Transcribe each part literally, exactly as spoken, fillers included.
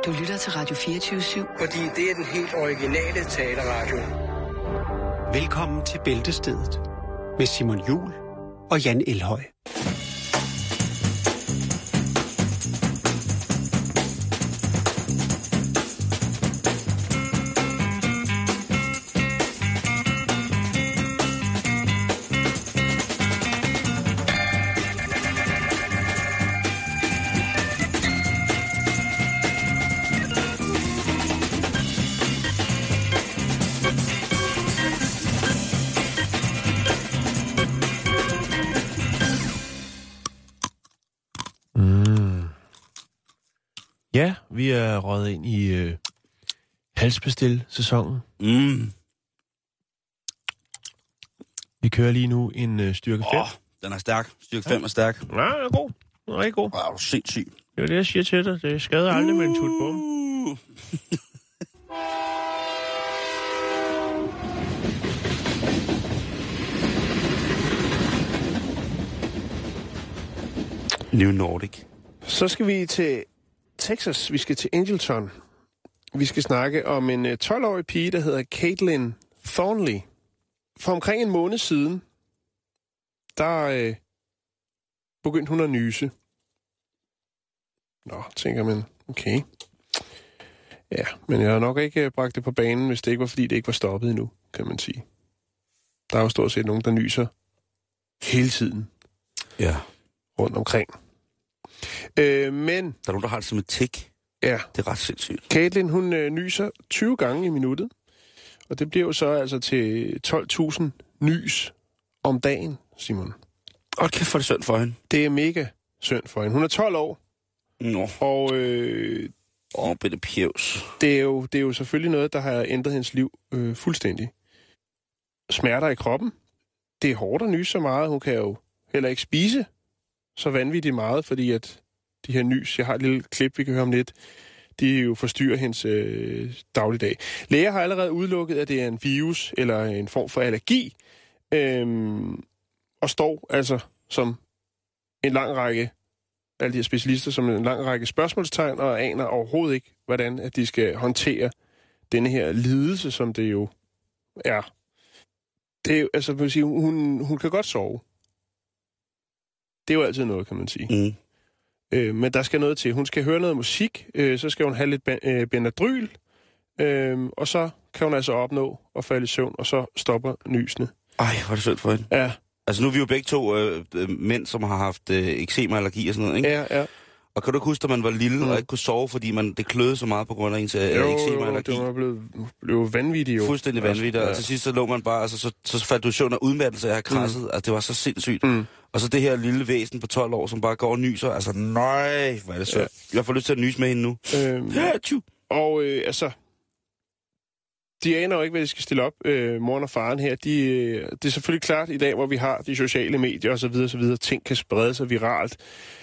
Du lytter til Radio fireogtyve syv. Fordi det er den helt originale taleradio. Velkommen til Bæltestedet med Simon Juhl og Jan Elhøj. Ja, vi er røget ind i øh, halsbestil-sæsonen. Mm. Vi kører lige nu en øh, styrke fem. Åh, den er stærk. Styrke fem er stærk. Ja, den er god. Den er rigtig god. Wow, sindssyg. Det er det, jeg siger til dig. Det skader aldrig med en tutbom. Uh. New Nordic. Så skal vi til Texas. Vi skal til Angleton. Vi skal snakke om en tolv-årig pige, der hedder Caitlin Thornley. For omkring en måned siden, der øh, begyndte hun at nyse. Nå, tænker man, okay. Ja, men jeg har nok ikke bragt det på banen, hvis det ikke var, fordi det ikke var stoppet endnu, kan man sige. Der er jo stort set nogen, der nyser hele tiden. Ja. Rundt omkring. Øh, men... Der er nogen, der har det som et tik. Ja. Det er ret sindssygt. Caitlin, hun øh, nyser tyve gange i minuttet. Og det bliver jo så altså til tolv tusind nys om dagen, Simon. Åh, kæft for det synd for hende. Det er mega synd for hende. Hun er tolv år. Nå. Og øh, Åh, oh, bitte pjevs. det, er jo, det er jo selvfølgelig noget, der har ændret hendes liv øh, fuldstændig. Smerter i kroppen. Det er hårdt at nyse så meget. Hun kan jo heller ikke spise så vanvittigt meget, fordi at de her nys, jeg har et lille klip, vi kan høre om lidt, de jo forstyrrer hendes øh, dagligdag. Læger har allerede udelukket, at det er en virus eller en form for allergi, øhm, og står altså som en lang række, alle de her specialister, som en lang række spørgsmålstegn, og aner overhovedet ikke, hvordan at de skal håndtere denne her lidelse, som det jo er. Det er jo, altså, vil sige, hun, hun kan godt sove. Det er jo altid noget, kan man sige. Mm. Øh, men der skal noget til. Hun skal høre noget musik, øh, så skal hun have lidt øh, Benadryl, øh, og så kan hun altså opnå at falde i søvn, og så stopper nysene. Ej, hvor er det synd for hende. Ja. Altså nu er vi jo begge to øh, mænd, som har haft øh, eksem og allergi og sådan noget, ikke? Ja, ja. Og kan du ikke huske, at man var lille mm. og ikke kunne sove, fordi man, det kløede så meget på grund af ens øh, eksem og allergi? Jo, det var blevet, blevet vanvittigt jo. Fuldstændig vanvittigt, ja. Og til sidst så lå man bare, altså så, så faldt du i søvn af udmattelse af at have krasset, mm. altså det var så sindssygt. Mm. Og så det her lille væsen på tolv år, som bare går og nyser, altså nej, hvor er det så. Ja. Jeg får lyst til at nyse med hende nu. Øhm, ja, og øh, altså, de aner jo ikke, hvad de skal stille op, øh, moren og faren her. De, øh, det er selvfølgelig klart i dag, hvor vi har de sociale medier osv. osv. Ting kan sprede sig viralt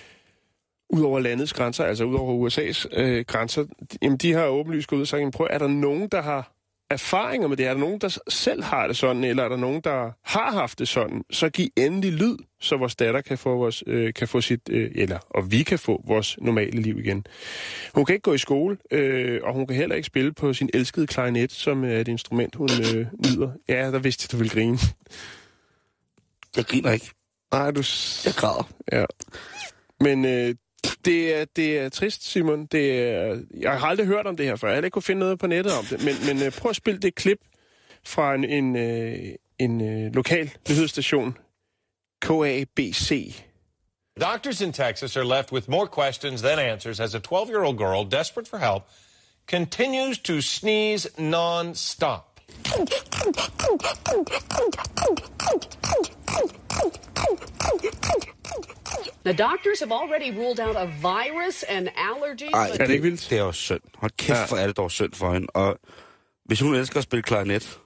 ud over landets grænser, altså ud over U S A's øh, grænser. Jamen, de har åbenlyst gået ud og sagt, prøv, er der nogen, der har erfaringer med det? Er der nogen, der selv har det sådan, eller er der nogen, der har haft det sådan? Så giv endelig lyd, så vores datter kan få, vores, øh, kan få sit, øh, eller, og vi kan få vores normale liv igen. Hun kan ikke gå i skole, øh, og hun kan heller ikke spille på sin elskede klarinet, som er et instrument, hun øh, nyder. Ja, der vidste jeg, du ville grine. Jeg griner ikke. Nej, du... Jeg græder. Ja. Men øh, det, er, det er trist, Simon. Det er, jeg har aldrig hørt om det her før. Jeg har ikke kunne finde noget på nettet om det. Men, men øh, prøv at spille det klip fra en, en, øh, en øh, lokal nyhedsstation. K A B C. Doctors in Texas are left with more questions than answers as a twelve-year-old girl, desperate for help, continues to sneeze non-stop. The doctors have already ruled out a virus and allergies. Ej, Er det ikke vildt? Det er jo synd. Hold kæft, Ja. for er det dog synd for hende. Og hvis hun elsker at spille klarinet...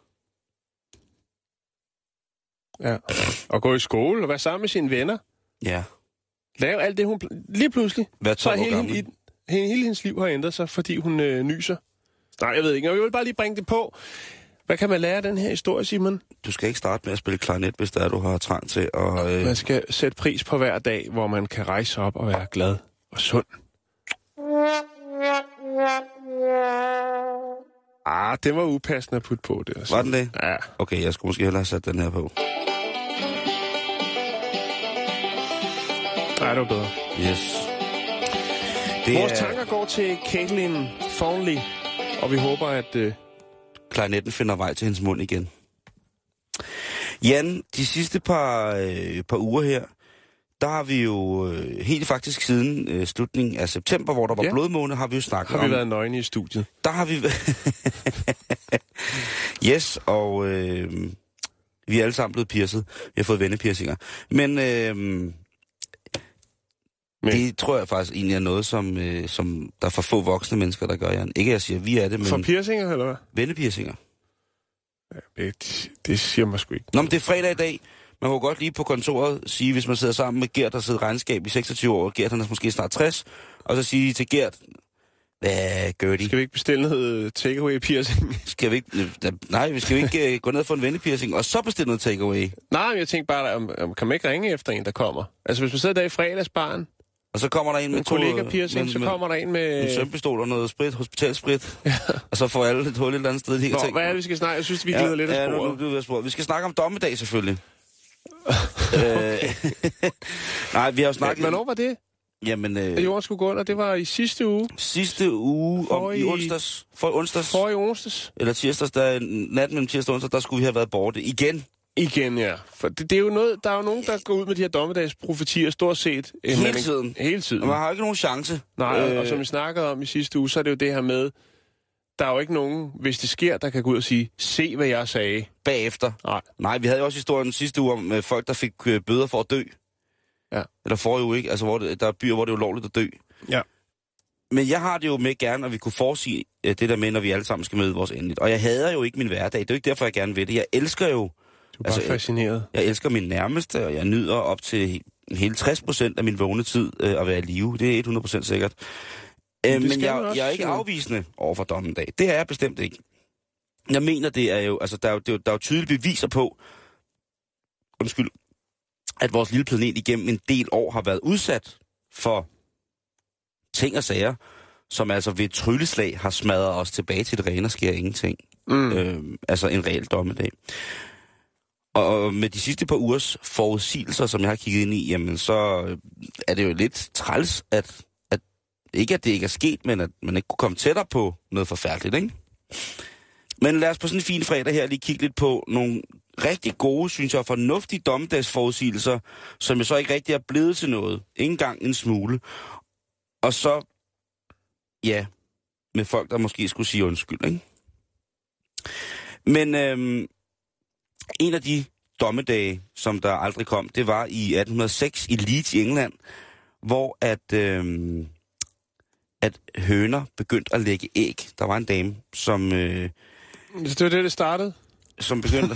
Ja. Og gå i skole og være sammen med sine venner. Ja. Lave alt det, hun... Pl- lige pludselig. Hvad Så tolv år hele, gammel? hende, hele, hele hendes liv har ændret sig, fordi hun øh, nyser. Nej, jeg ved ikke. Jeg vil bare lige bringe det på. Hvad kan man lære af den her historie, Simon? Du skal ikke starte med at spille klarinet, hvis det er, du har trang til at... Øh... Man skal sætte pris på hver dag, hvor man kan rejse op og være glad og sund. Ah, det var upassende at putte på, det. Altså. Var den det? Ja. Okay, jeg skulle måske hellere have sat den her på. Nej, det var bedre. Yes. Det Vores er... tanker går til Caitlin Thornley, og vi håber, at... Øh... klarinetten finder vej til hendes mund igen. Jan, de sidste par, øh, par uger her, der har vi jo øh, helt faktisk siden øh, slutningen af september, hvor der var ja. blodmåne, har vi jo snakket om... Har vi om, været nøgne i studiet? Der har vi... yes, og øh, vi er alle sammen blevet piercet. Vi har fået vennepiercinger. Men... Øh, Men. Det tror jeg faktisk egentlig er noget, som, øh, som der er for få voksne mennesker, der gør, Jan. Ikke jeg siger, vi er det, men... For piercinger, eller hvad? Vennepiercinger. Ja, det, det siger mig sgu ikke. Nå, men det er fredag i dag. Man kan godt lige på kontoret sige, hvis man sidder sammen med Gert, der sidder regnskab i seksogtyve år, Gert han er måske snart tres, og så sige til Gert, hvad gør de? Skal vi ikke bestille noget takeaway piercing? Skal vi ikke... Nej, vi skal vi ikke gå ned og få en vennepiercing, og så bestille noget takeaway? Nej, men jeg tænker bare, om, om kan man ikke ringe efter en, der kommer? Altså, hvis man sidder der i fredagsbaren, og så kommer der en med en kollega-piercing, så kommer der en med... En sømpistol og noget sprit, hospitalsprit. Ja. Og så får alle et hul et eller andet sted. Nå, tænker, hvad er det, vi skal snakke? Jeg synes, vi glider ja, lidt af sporet. Ja, nu, nu, nu, sporet. Vi skal snakke om dommedag, selvfølgelig. øh, Nej, vi har jo snakket... Ja, hvornår var det? Jamen... Øh... At jorden skulle gå under, det var i sidste uge. Sidste uge, for om, i, i onsdags. For onsdags. For i onsdags. Eller tirsdags, der nat mellem tirsdag og onsdag, der skulle vi have været borte igen. Igen, ja. For det, det er jo noget, der er jo nogen, der går ud med de her dommedagsprofetier stort set. Hele tiden. Hele tiden. Og man har ikke nogen chance. Nej, øh... og som vi snakkede om i sidste uge, så er det jo det her med, der er jo ikke nogen, hvis det sker, der kan gå ud og sige, se hvad jeg sagde. Bagefter. Nej. Nej, vi havde jo også historien sidste uge om øh, folk, der fik øh, bøder for at dø. Ja. Eller forrige uge, ikke? Altså, hvor det, der er byer, hvor det er ulovligt at dø. Ja. Men jeg har det jo med gerne, at vi kunne forudsige øh, det der med, når vi alle sammen skal møde vores endeligt. Og jeg hader jo ikke min hverdag. Det er jo ikke derfor, jeg gerne vil det. Jeg elsker jo... Du er bare altså, fascineret. Jeg, jeg elsker min nærmeste, og jeg nyder op til hele tres procent af min vågne tid øh, at være i live. Det er hundrede procent sikkert. Øh, men men jeg, jeg er ikke afvisende over for dommedag. Det er jeg bestemt ikke. Jeg mener, det er jo... Altså, der er jo, der er jo tydelige beviser på... Undskyld. At vores lille planet igennem en del år har været udsat for ting og sager, som altså ved et trylleslag har smadret os tilbage til det rene og sker ingenting. Mm. Øh, altså en reel dommedag. Og med de sidste par ugers forudsigelser, som jeg har kigget ind i, jamen så er det jo lidt træls, at, at ikke at det ikke er sket, men at man ikke kunne komme tættere på noget forfærdeligt, ikke? Men lad os på sådan en fin fredag her lige kigge lidt på nogle rigtig gode, synes jeg, fornuftige dommedagsforudsigelser, som jo så ikke rigtig er blevet til noget. Ingen gang en smule. Og så, ja, med folk, der måske skulle sige undskyld, ikke? Men øhm, en af de dommedage, som der aldrig kom, det var i atten hundrede og seks i Leeds i England, hvor at, øhm, at høner begyndte at lægge æg. Der var en dame, som... Øh, det var det, det startede? Som begyndte...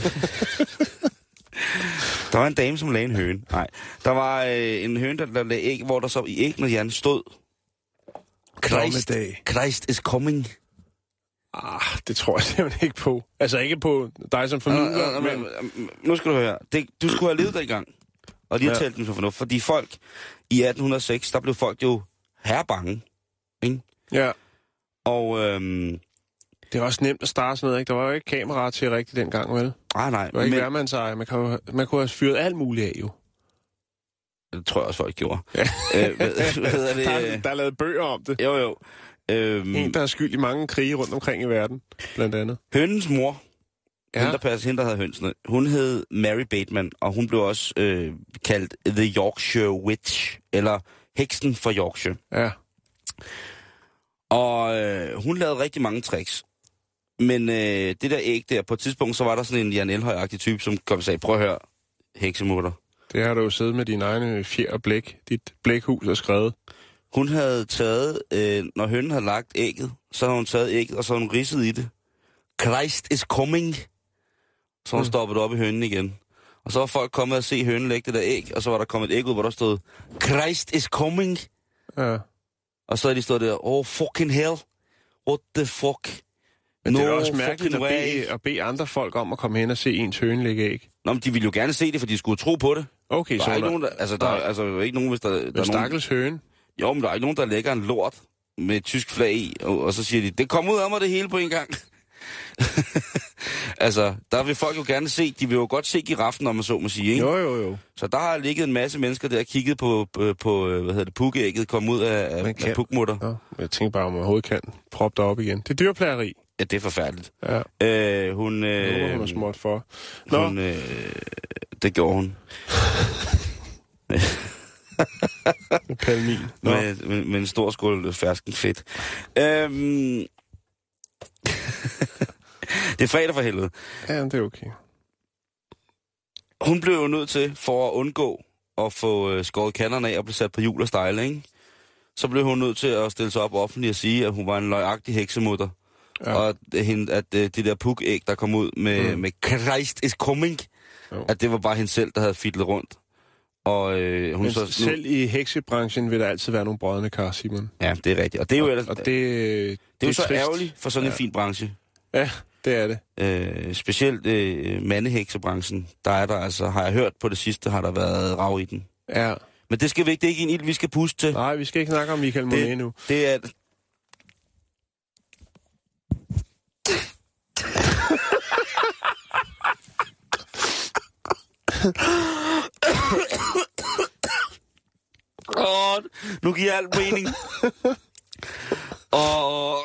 Der var en dame, som lagde en høne. Nej, der var øh, en høne, der, der lagde æg, hvor der så i æggene, Jan, stod... Christ, Christ is coming. Ah, det tror jeg simpelthen ikke på. Altså ikke på dig som formidler, uh, uh, uh, men... Uh, uh, nu skal du høre. Det, du skulle have levet der i gang. Og lige har ja. talt dem så fornuft. Fordi folk i atten hundrede og seks, der blev folk jo herrebange. Ikke? Ja. Og... Øhm, det var også nemt at starte sådan noget, ikke? Der var jo ikke kamera til rigtigt dengang, vel? Nej, nej. Det var ikke værmandseje. Man, kan man kunne have fyret alt muligt af, jo. Det tror jeg også, folk gjorde. Ja. øh, hvad, hvad hedder det? Der, der er lavet bøger om det. Jo, jo. Øhm, en, der er skyld i mange krige rundt omkring i verden, blandt andet. Hønens mor, ja. hende, der passede, hende, der havde hønsene, hun hed Mary Bateman, og hun blev også øh, kaldt The Yorkshire Witch, eller heksen fra Yorkshire. Ja. Og øh, hun lavede rigtig mange tricks. Men øh, det der æg der, på et tidspunkt, så var der sådan en Jan Elhøj-agtig type, som kom og sagde, prøv at høre, heksemutter. Det har du jo siddet med din egne fjer og blæk. Dit blækhus er skrevet. Hun havde taget, øh, når hønnen havde lagt ægget, så havde hun taget ægget, og så havde hun ridset i det. Christ is coming. Så hun mm. stoppet op i hønnen igen. Og så var folk kommet og se hønnen lægge det der æg, og så var der kommet et æg ud, hvor der stod, Christ is coming. Ja. Og så er de stået der, oh fucking hell, what the fuck. Men no, det er også mærkeligt at bede, at bede andre folk om at komme hen og se ens høne lægge æg. Nå, men de ville jo gerne se det, for de skulle tro på det. Okay, der så er ikke der... nogen, der, altså, der, altså, der er ikke nogen, hvis der... der er stakkels nogen... høne. Jo, men der er ikke nogen, der lægger en lort med et tysk flag i, og, og så siger de, det kommer ud af mig det hele på en gang. altså, der vil folk jo gerne se, de vil jo godt se giraffen, om man så må sige, ikke? Jo, jo, jo. Så der har ligget en masse mennesker der og kigget på, på, på hvad hedder det, pukkeægget, komme ud af, af, af pukmutter. Ja, jeg tænker bare, om man overhovedet kan proppe op igen. Det er dyrplageri. Ja, det er forfærdeligt. Ja. Øh, hun... Øh, Nå, hun er småt for. Nå. Hun, øh, det gjorde hun. Palmin. Med, med, med en stor skål fersken fedt. Øhm, det er fredag for helvede. Ja, det er okay. Hun blev jo nødt til, for at undgå at få øh, skåret kanderne af og blive sat på hjul og stejle, ikke? Så blev hun nødt til at stille sig op offentligt og sige, at hun var en løjagtig heksemutter. Ja. Og at, hende, at øh, det der pukæg, der kom ud med, mm. med Christ is coming, jo. At det var bare hende selv, der havde fidlet rundt. Og, øh, hun Men så, selv nu... i heksebranchen vil der altid være nogle brødne kar, Simon. Ja, det er rigtigt. Og det er jo, og, ellers, og det, det, det, det er jo så trist. ærgerligt for sådan ja. en fin branche. Ja, det er det. Øh, specielt øh, mandeheksebranchen, der er der altså, har jeg hørt på det sidste, har der været rav i den. Ja. Men det skal vi ikke, det er ikke en ild, vi skal puste til. Nej, vi skal ikke snakke om Michael Monet nu. Det er... Åh, nu giver alt mening. Og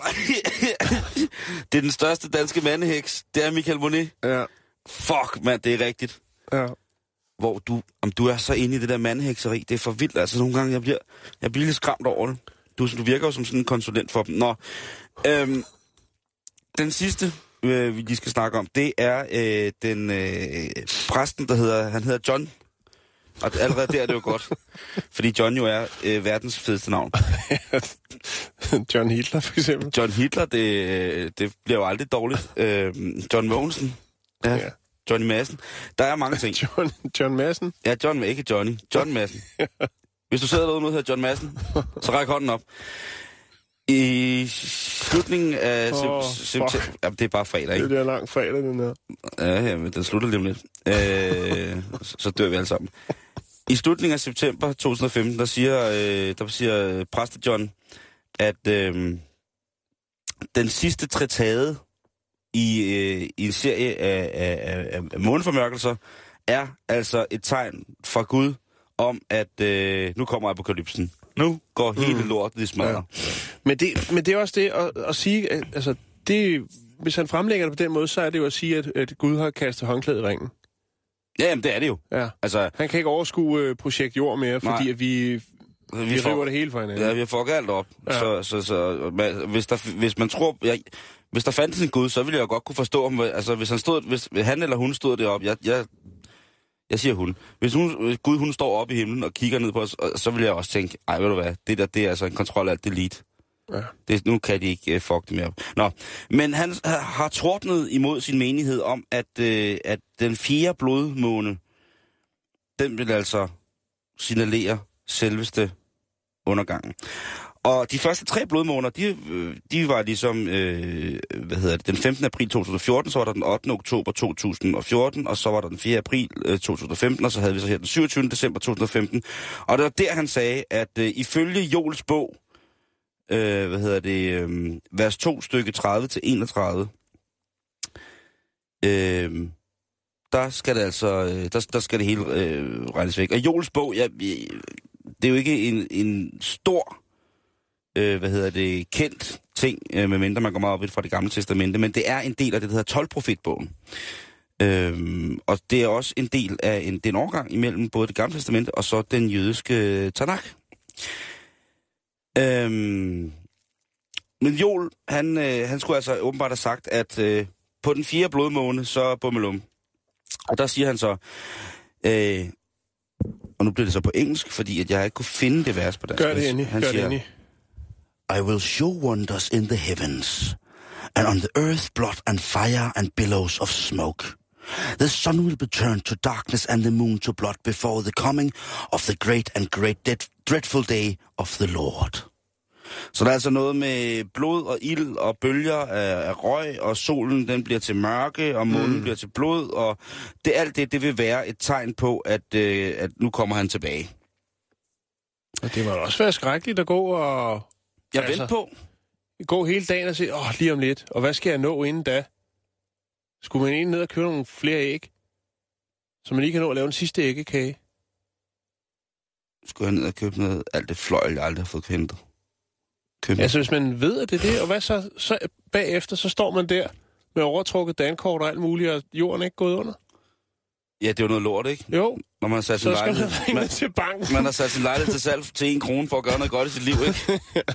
det er den største danske mandeheks. Det er Michael Monet. Ja. Fuck, mand, det er rigtigt. Ja. Hvor du, om du er så inde i det der mandehekseri, det er for vildt. Altså nogle gange, jeg bliver, jeg bliver lidt skræmt over det. Du, du virker jo som sådan en konsulent for dem. Nå, øhm, den sidste, øh, vi lige skal snakke om, det er øh, den øh, præsten, der hedder, han hedder John. Og allerede der er det jo godt. Fordi John jo er øh, verdens fedeste navn. John Hitler, for eksempel. John Hitler, det, det bliver jo aldrig dårligt. Øh, John Mogensen. Ja. ja. Johnny Madsen. Der er mange ting. John, John Madsen? Ja, John, ikke Johnny. John Madsen. Hvis du sidder derude og hedder John Madsen, så ræk hånden op. I slutningen af oh, september... Ja, det er bare fredag, ikke? Det er lang fredag, den her. Ja, ja, men den slutter lige om lidt. Øh, så, så dør vi alle sammen. I slutningen af september to tusind og femten, der siger, øh, der siger præster John, at øh, den sidste tretade i, øh, i en serie af, af, af, af måneformørkelser er altså et tegn fra Gud om, at øh, nu kommer apokalypsen. Nu går hele mm. lortet i smadret. Ja. Men, det, men det er også det at, at sige, at, altså, det, hvis han fremlægger det på den måde, så er det jo at sige, at, at Gud har kastet håndklædet i ringen. Ja, jamen, det er det jo. Ja. Altså, han kan ikke overskue uh, projekt Jord mere, fordi at vi, vi, vi river det hele for hinanden. Ja, vi har fucket alt op. Ja. Så, så, så man, hvis, der, hvis man tror... Jeg, hvis der fandtes en Gud, så ville jeg jo godt kunne forstå ham. Altså, hvis han, stod, hvis han eller hun stod deroppe... Jeg, jeg, jeg siger hun. Hvis hun, Gud hun står oppe i himlen og kigger ned på os, så vil jeg også tænke, ej, ved du hvad, det der, det er altså en kontrol alt delete. Ja. Det, nu kan de ikke uh, fuck det mere. Nå, men han uh, har tordnet imod sin menighed om, at, uh, at den fjerde blodmåne, den vil altså signalere selveste undergangen. Og de første tre blodmåner, de, de var ligesom, øh, hvad hedder det, den femtende april to tusind og fjorten, så var der den ottende oktober to tusind og fjorten, og så var der den fjerde april to tusind og femten, og så havde vi så her den syvogtyvende december to tusind og femten. Og det var der, han sagde, at øh, ifølge Joels bog, øh, hvad hedder det, øh, vers to, stykke tredive til enogtredive, øh, der skal det altså, øh, der, der skal det hele øh, regnes væk. Og Joels bog, ja, det er jo ikke en, en stor... Øh, hvad hedder det, kendt ting, øh, medmindre man går meget op fra det gamle testamente, men det er en del af det, der hedder tolv-profetbogen. Øhm, og det er også en del af en, den overgang imellem både det gamle testamente og så den jødiske Tanakh. Øhm, men Joel, han, øh, han skulle altså åbenbart have sagt, at øh, på den fjerde blodmåne, så bummelum. Og der siger han så, øh, og nu bliver det så på engelsk, fordi at jeg ikke kunne finde det vers på dansk. Gør det endelig, han gør siger, det endelig. I will show wonders in the heavens, and on the earth blood and fire and billows of smoke. The sun will be turned to darkness and the moon to blood before the coming of the great and great dead, dreadful day of the Lord. Så der er altså noget med blod og ild og bølger af, af røg, og solen den bliver til mørke, og månen mm. bliver til blod, og det, alt det, det vil være et tegn på, at, øh, at nu kommer han tilbage. Og det må også være skrækkeligt at gå og... Jeg altså, venter på. gå hele dagen og sige, åh, oh, lige om lidt, og hvad skal jeg nå inden da? Skulle man egentlig ned og købe nogle flere æg, så man lige kan nå at lave en sidste æggekage? Skulle jeg ned og købe noget, alt det fløjl, jeg aldrig har fået hentet? Købe. Altså, hvis man ved, at det er det, og hvad så, så bagefter, så står man der med overtrukket dankort og alt muligt, og jorden er ikke gået under? Ja, det er jo noget lort, ikke? Jo, når man har sat så sin skal lejlighed, man ringe til banken. Man har sat sin lejlighed til salg til en krone for at gøre noget godt i sit liv, ikke?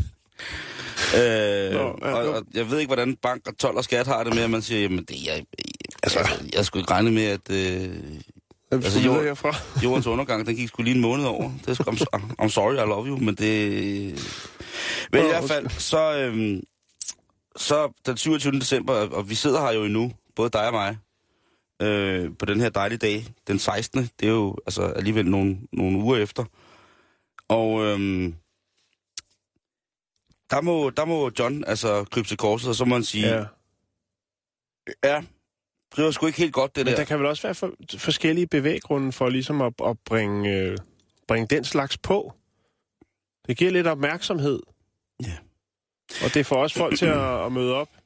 øh, Nå, ja, og, og jeg ved ikke, hvordan bank og told og skat har det med, at man siger, jamen, det, jeg, altså, jeg, jeg skulle ikke regne med, at øh, altså, jord, jordens undergang, den gik sgu lige en måned over. Det er sgu, I'm, I'm sorry, I love you, men det... Men i hvert fald, så, øh, så den syvogtyvende december, og vi sidder her jo endnu, både dig og mig, øh, på den her dejlige dag, den sekstende Det er jo altså alligevel nogle, nogle uger efter. Og øhm, der, må, der må John altså krybe til korset, og så må man sige, ja, ja det var sgu ikke helt godt, det Men der. der kan vel også være for, forskellige bevæggrunde for ligesom at, at bringe, øh, bringe den slags på. Det giver lidt opmærksomhed. Ja. Og det får også folk til at, at møde op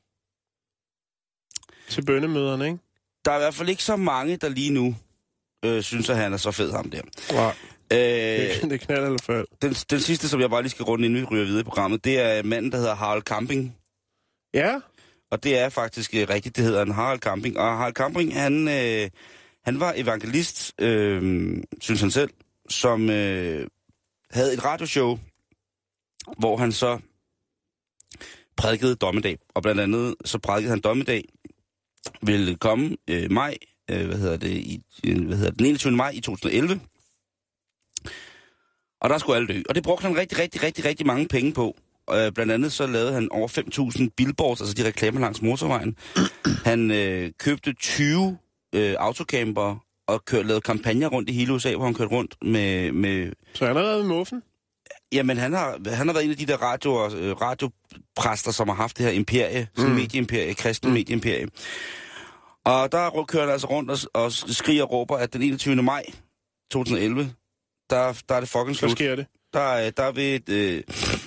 til bønnemøderne, ikke? Der er i hvert fald ikke så mange, der lige nu øh, synes, at han er så fed, ham der. Nej. Øh, det, det knalder i hvert fald. Den, den sidste, som jeg bare lige skal runde, inden vi ryger videre i programmet, det er manden, der hedder Harald Camping. Ja. Og det er faktisk øh, rigtigt, det hedder en Harald Camping. Og Harald Camping, han, øh, han var evangelist, øh, synes han selv, som øh, havde et radioshow, hvor han så prædikede dommedag. Og blandt andet så prædikede han dommedag vil komme øh, maj, øh, hvad hedder det, i, hvad hedder det, den enogtyvende maj i to tusind og elleve. Og der skulle alle dø. Og det brugte han rigtig, rigtig, rigtig, rigtig mange penge på. Øh, blandt andet så lavede han over fem tusind billboards, altså de reklamer langs motorvejen. Han øh, købte tyve øh, autocamper og kørte, lavede kampagner rundt i hele U S A, hvor han kørte rundt med... med så han har været med muffen? Jamen, han har, han har været en af de der radio, radiopræster, som har haft det her imperie, sådan mm. medieimperie, kristen mm. medieimperie. Og der kører han altså rundt og, og skriger og råber, at den enogtyvende maj to tusind og elleve, der, der er det fucking slut. Så sker det. Der, der, vil, øh,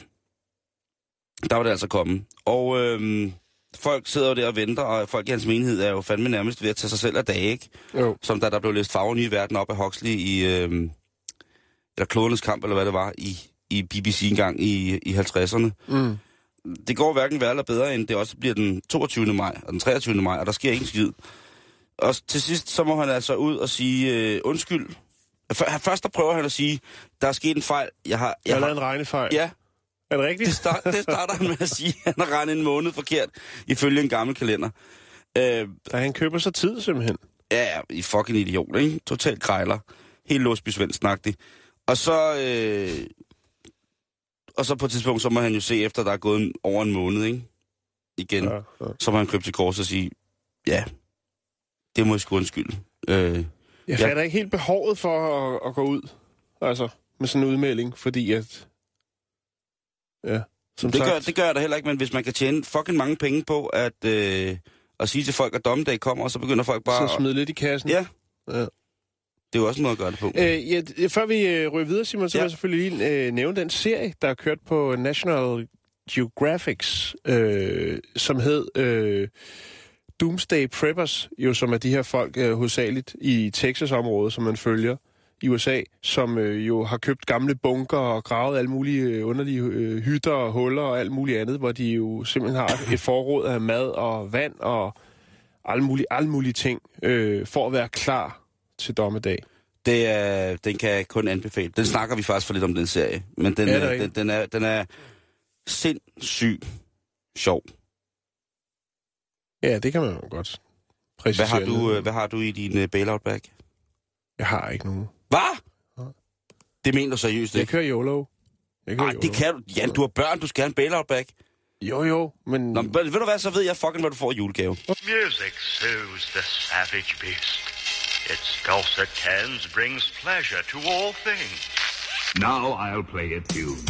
der vil det altså komme. Og øh, folk sidder jo der og venter, og folk i hans menighed er jo fandme nærmest ved at tage sig selv af dage, ikke? Jo. Som da der blev læst Farver nye verden op af Huxley i... Øh, eller Klodernes kamp, eller hvad det var, i... i B B C engang i, i halvtredserne. Mm. Det går hverken værre eller bedre, end det også bliver den toogtyvende maj og den treogtyvende maj, og der sker ikke skid. Og til sidst, så må han altså ud og sige øh, undskyld. Først der prøver han at sige, der er sket en fejl. Jeg har, jeg jeg har har lavet en regnefejl. Ja. Er det rigtigt? Det, start, det starter han med at sige, at han har regnet en måned forkert, ifølge en gammel kalender. Øh, da han køber sig tid, simpelthen. Ja, i fucking idiot, ikke? Totalt krejler. Helt låsby-svendsen-agtig. Og så... Øh, Og så på et tidspunkt, så må han jo se efter, der er gået en, over en måned, ikke? Igen. Ja, ja. Så må han krybe til kors og sige, ja, det må jeg sgu undskylde. Øh, jeg fatter jeg... ikke helt behovet for at, at gå ud, altså, med sådan en udmelding, fordi at... Ja, som det, sagt... gør, det gør jeg da heller ikke, men hvis man kan tjene fucking mange penge på, at, øh, at sige til folk, at dommedag kommer, og så begynder folk bare... Så smide lidt i kassen. Ja. Ja. Det er jo også en måde at gøre det på. Øh, ja, før vi øh, ryger videre, Simon, så ja. vil jeg selvfølgelig lige øh, nævne den serie, der er kørt på National Geographic, øh, som hed øh, Doomsday Preppers, jo, som er de her folk øh, hovedsageligt i Texas-området, som man følger i U S A, som øh, jo har købt gamle bunker og gravet alle mulige øh, underlige øh, hytter og huller og alt muligt andet, hvor de jo simpelthen har et forråd af mad og vand og alle mulige, alle mulige ting, øh, for at være klar til dommedag. Det er, den kan jeg kun anbefale. Den snakker vi faktisk for lidt om, den serie. Men den, er, den, den, er, den er sindssygt sjov. Ja, det kan man jo godt præcisere. Hvad har du, hvad har du i din uh, bailout-bag? Jeg har ikke nogen. Hvad? Ja. Det mener du seriøst, ikke? Jeg kører YOLO. Jeg kører Ej, det kan du. Jan, du har børn, du skal have en bailout-bag. Jo, jo, men... Nå, men ved du hvad, så ved jeg fucking, hvad du får i julegave. Music soothes the savage beast. Its dulcet tones brings pleasure to all things. Now I'll play a tune.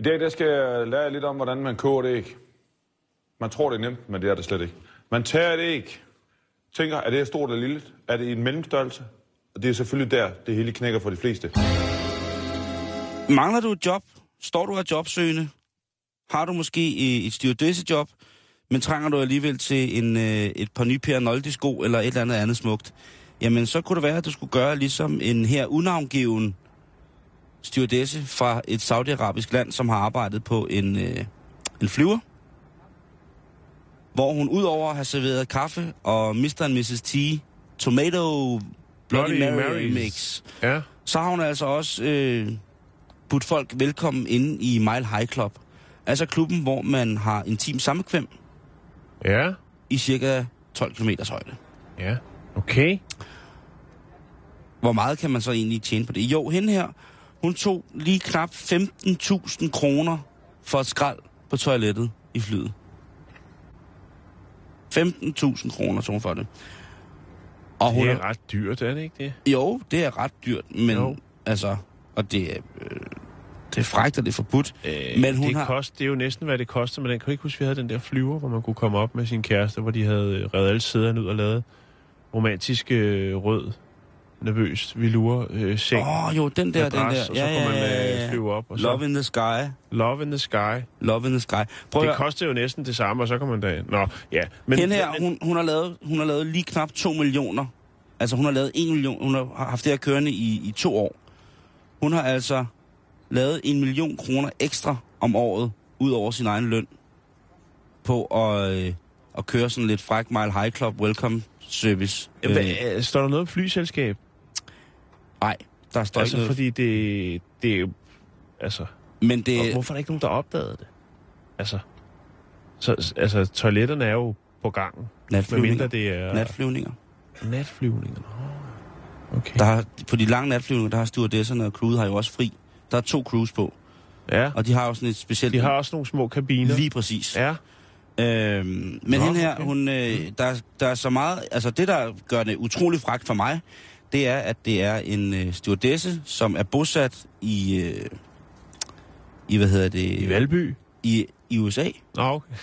I dag der skal jeg lære jer lidt om, hvordan man koger et æg. Man tror, det er nemt, men det er det slet ikke. Man tager et æg, tænker, er det stort eller lille? Er det i en mellemstørrelse? Og det er selvfølgelig der, det hele knækker for de fleste. Mangler du et job? Står du af jobsøgende? Har du måske et stewardessejob, men trænger du alligevel til en, et par nye Per Noldi-sko eller et eller andet andet smukt? Jamen, så kunne det være, at du skulle gøre ligesom en her unavngiven stewardesse fra et saudiarabisk land, som har arbejdet på en, øh, en flyver, hvor hun udover at have serveret kaffe og mister and missus T Tomato Bloody Mary mix, ja. så har hun altså også øh, budt folk velkommen inde i Mile High Club. Altså klubben, hvor man har intim sammenkvem. Ja. I cirka tolv kilometers højde. Ja, okay. Hvor meget kan man så egentlig tjene på det? Jo, hende her, hun tog lige knap femten tusind kroner for et skrald på toilettet i flyet. femten tusind kroner tog hun for det. Og det hun er ret dyrt, er det ikke det? Jo, det er ret dyrt, men jo. altså, og det er, øh, det er frækt, og det er forbudt. Øh, men hun det, har... kost, det er jo næsten, hvad det koster, men den kan du ikke huske, vi havde den der flyver, hvor man kunne komme op med sin kæreste, hvor de havde revet alle sæderne ud og lavet romantisk øh, rød, nervøst, velour, øh, seng. Åh, oh, jo, den der, madras, den der. Og så ja, kunne man ja, ja. øh, flyve op. Og Love så... in the sky. Love in the sky. Love in the sky. Prøv det at... koster jo næsten det samme, og så kan man da... Nå, ja. Men, hende her, hun, hun, har lavet, hun har lavet lige knap to millioner. Altså, hun har lavet en million. Hun har haft det her kørende i, i to år. Hun har altså lavet en million kroner ekstra om året, ud over sin egen løn, på at, øh, at køre sådan lidt fræk Mile High Club welcome service. Hva, øh. Står der noget om flyselskab? Nej, der står altså, ikke noget. fordi det, det er jo... Altså... Men det... Og hvorfor er der ikke nogen, der opdagede det? Altså... Så, altså, toiletterne er jo på gangen. Natflyvninger. Det er... Natflyvninger. Natflyvninger. Okay. Der har, på de lange natflyvninger, der har stewardesserne og crewet har jo også fri. Der er to crews på. Ja. Og de har jo sådan et specielt... De har også nogle små kabiner. Lige præcis. Ja. Øhm, men Nå, hende her, okay. hun, øh, der, der er så meget... Altså det, der gør det utrolig fragt for mig, det er, at det er en øh, stewardesse, som er bosat i... Øh, I, hvad hedder det? I Valby? I, i U S A. Nå, okay.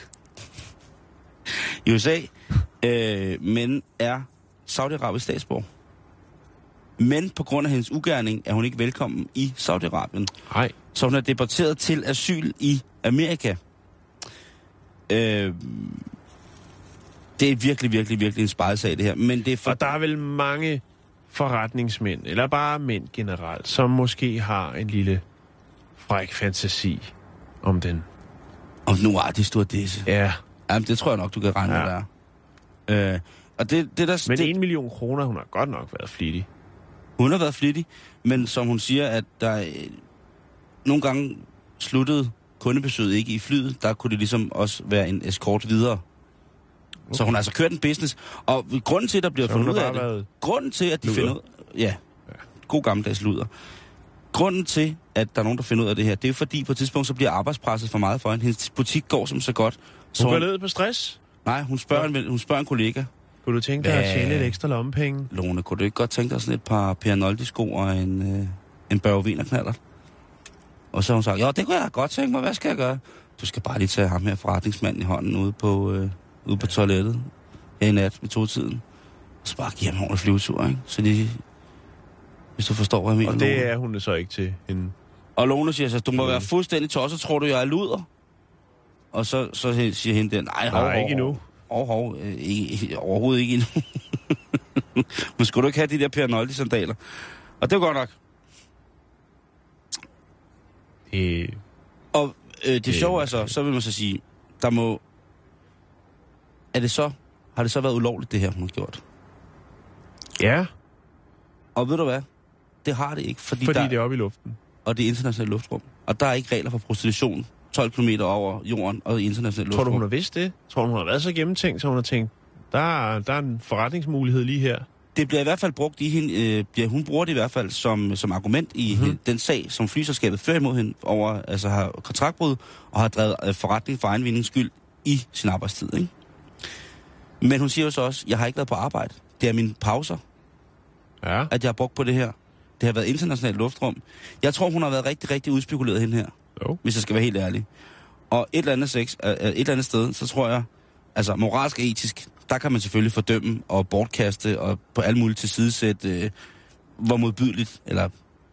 I U S A, øh, men er Saudi-Arabisk statsborger. Men på grund af hendes ugerning er hun ikke velkommen i Saudi-Arabien. Nej. Så hun er deporteret til asyl i Amerika. Øh, det er virkelig, virkelig, virkelig en spejlsag, det her. Men det er for... Og der er vel mange forretningsmænd, eller bare mænd generelt, som måske har en lille fræk fantasi om den. Om nu er det stewardesse. Ja. Jamen, det tror jeg nok, du kan regne ja. med, der øh, og det, det der... Men det, en million kroner, hun har godt nok været flittig. Hun har været flittig, men som hun siger, at der øh, nogle gange sluttede kundebesøget ikke i flyet, der kunne det ligesom også være en escort videre. Okay. Så hun har altså kørt en business, og grunden til, at der bliver fundet ud af det, været... grunden til, at de luder. finder ud ja, ja, god gammeldags luder. Grunden til, at der er nogen, der finder ud af det her, det er fordi på et tidspunkt, så bliver arbejdspresset for meget for hende. Hendes butik går som så godt. Så hun går ned på stress? Nej, hun spørger, ja. en, hun spørger en kollega. Kunne du tænke dig at tjene lidt ekstra lommepenge? Lone, kunne du ikke godt tænke dig sådan et par Per Noldi-sko og en, øh, en Børge Wiener-knaller? Og så har hun sagt, ja, det kunne jeg godt tænke mig, hvad skal jeg gøre? Du skal bare lige tage ham her forretningsmanden i hånden ude på, øh, ude på toilettet her i nat ved to-tiden. Og så bare give ham en ordentlig flyvetur, ikke? Så de, hvis du forstår, hvad jeg mener. Og det er hun så ikke til hende. Og Lone siger så, du må være fuldstændig tosset, tror du, jeg er luder? Og så, så siger hende der, nej, hov, nej, ikke endnu. Hov, hov, øh, ikke, overhovedet ikke endnu. Men skulle du ikke have de der Per Noldi-sandaler? Og det var godt nok. Øh, og øh, det, det sjove er så, så vil man så sige, der må... Er det så... Har det så været ulovligt, det her, hun har gjort? Ja. Og ved du hvad? Det har det ikke, fordi, fordi der, det er oppe i luften. Og det er internationalt luftrum. Og der er ikke regler for prostitution tolv kilometer over jorden og internationalt luftrum. Tror du, hun har vidst det? Tror du, hun har været så gennemtænkt, så hun har tænkt, der, der er en forretningsmulighed lige her? Det bliver i hvert fald brugt i hende, øh, hun bruger det i hvert fald som, som argument i mm-hmm. hende, den sag, som flyselskabet fører imod hende over, altså har kontraktbrud og har drevet øh, forretning for egen vindings skyld i sin arbejdstid, ikke? Men hun siger jo så også, jeg har ikke været på arbejde. Det er mine pauser, ja. at jeg har brugt på det her. Det har været internationalt luftrum. Jeg tror, hun har været rigtig, rigtig udspekuleret hende her. Oh. Hvis jeg skal være helt ærlig. Og et eller andet sex, et eller andet sted, så tror jeg, altså moralsk og etisk, der kan man selvfølgelig fordømme og bortkaste og på alle mulige tilsidesætte, øh, hvor modbydeligt, eller...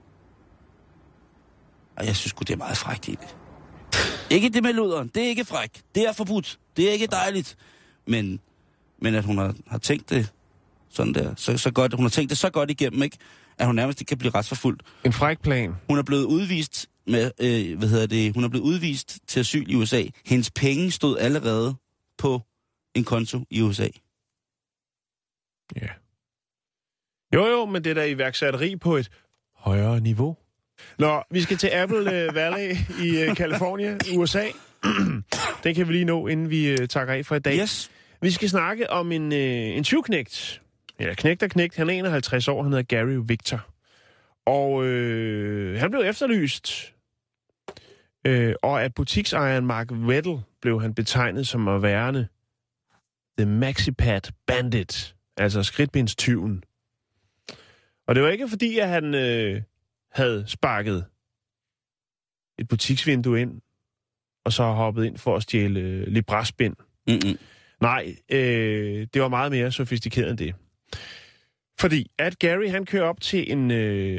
Og jeg synes sgu, det er meget frækt egentlig. Ikke det med luderen, det er ikke fræk. Det er forbudt. Det er ikke dejligt. Men, men at hun har, har tænkt det sådan der, så, så godt, hun har tænkt det så godt igennem, ikke? At hun nærmest ikke kan blive retsforfulgt. En fræk plan. Hun er blevet udvist med, øh, hvad hedder det, hun er blevet udvist til asyl i U S A. Hendes penge stod allerede på en konto i U S A. Ja. Jo, jo, men det er da iværksætteri på et højere niveau. Nå, vi skal til Apple uh, Valley i uh, California, U S A. Den kan vi lige nå, inden vi uh, takker af for i dag. Yes. Vi skal snakke om en, uh, en tyvknægt. Ja, knægt og knægt. Han er enoghalvtreds år, han hedder Gary Victor. Og øh, han blev efterlyst. Øh, og af butiksejeren Mark Weddle blev han betegnet som at værende The Maxipad Bandit. Altså skridtbindstyven. Og det var ikke fordi, at han øh, havde sparket et butiksvindue ind, og så hoppet ind for at stjæle øh, librasbind. Mm-mm. Nej, øh, det var meget mere sofistikeret end det. Fordi at Gary, han kører op til en øh,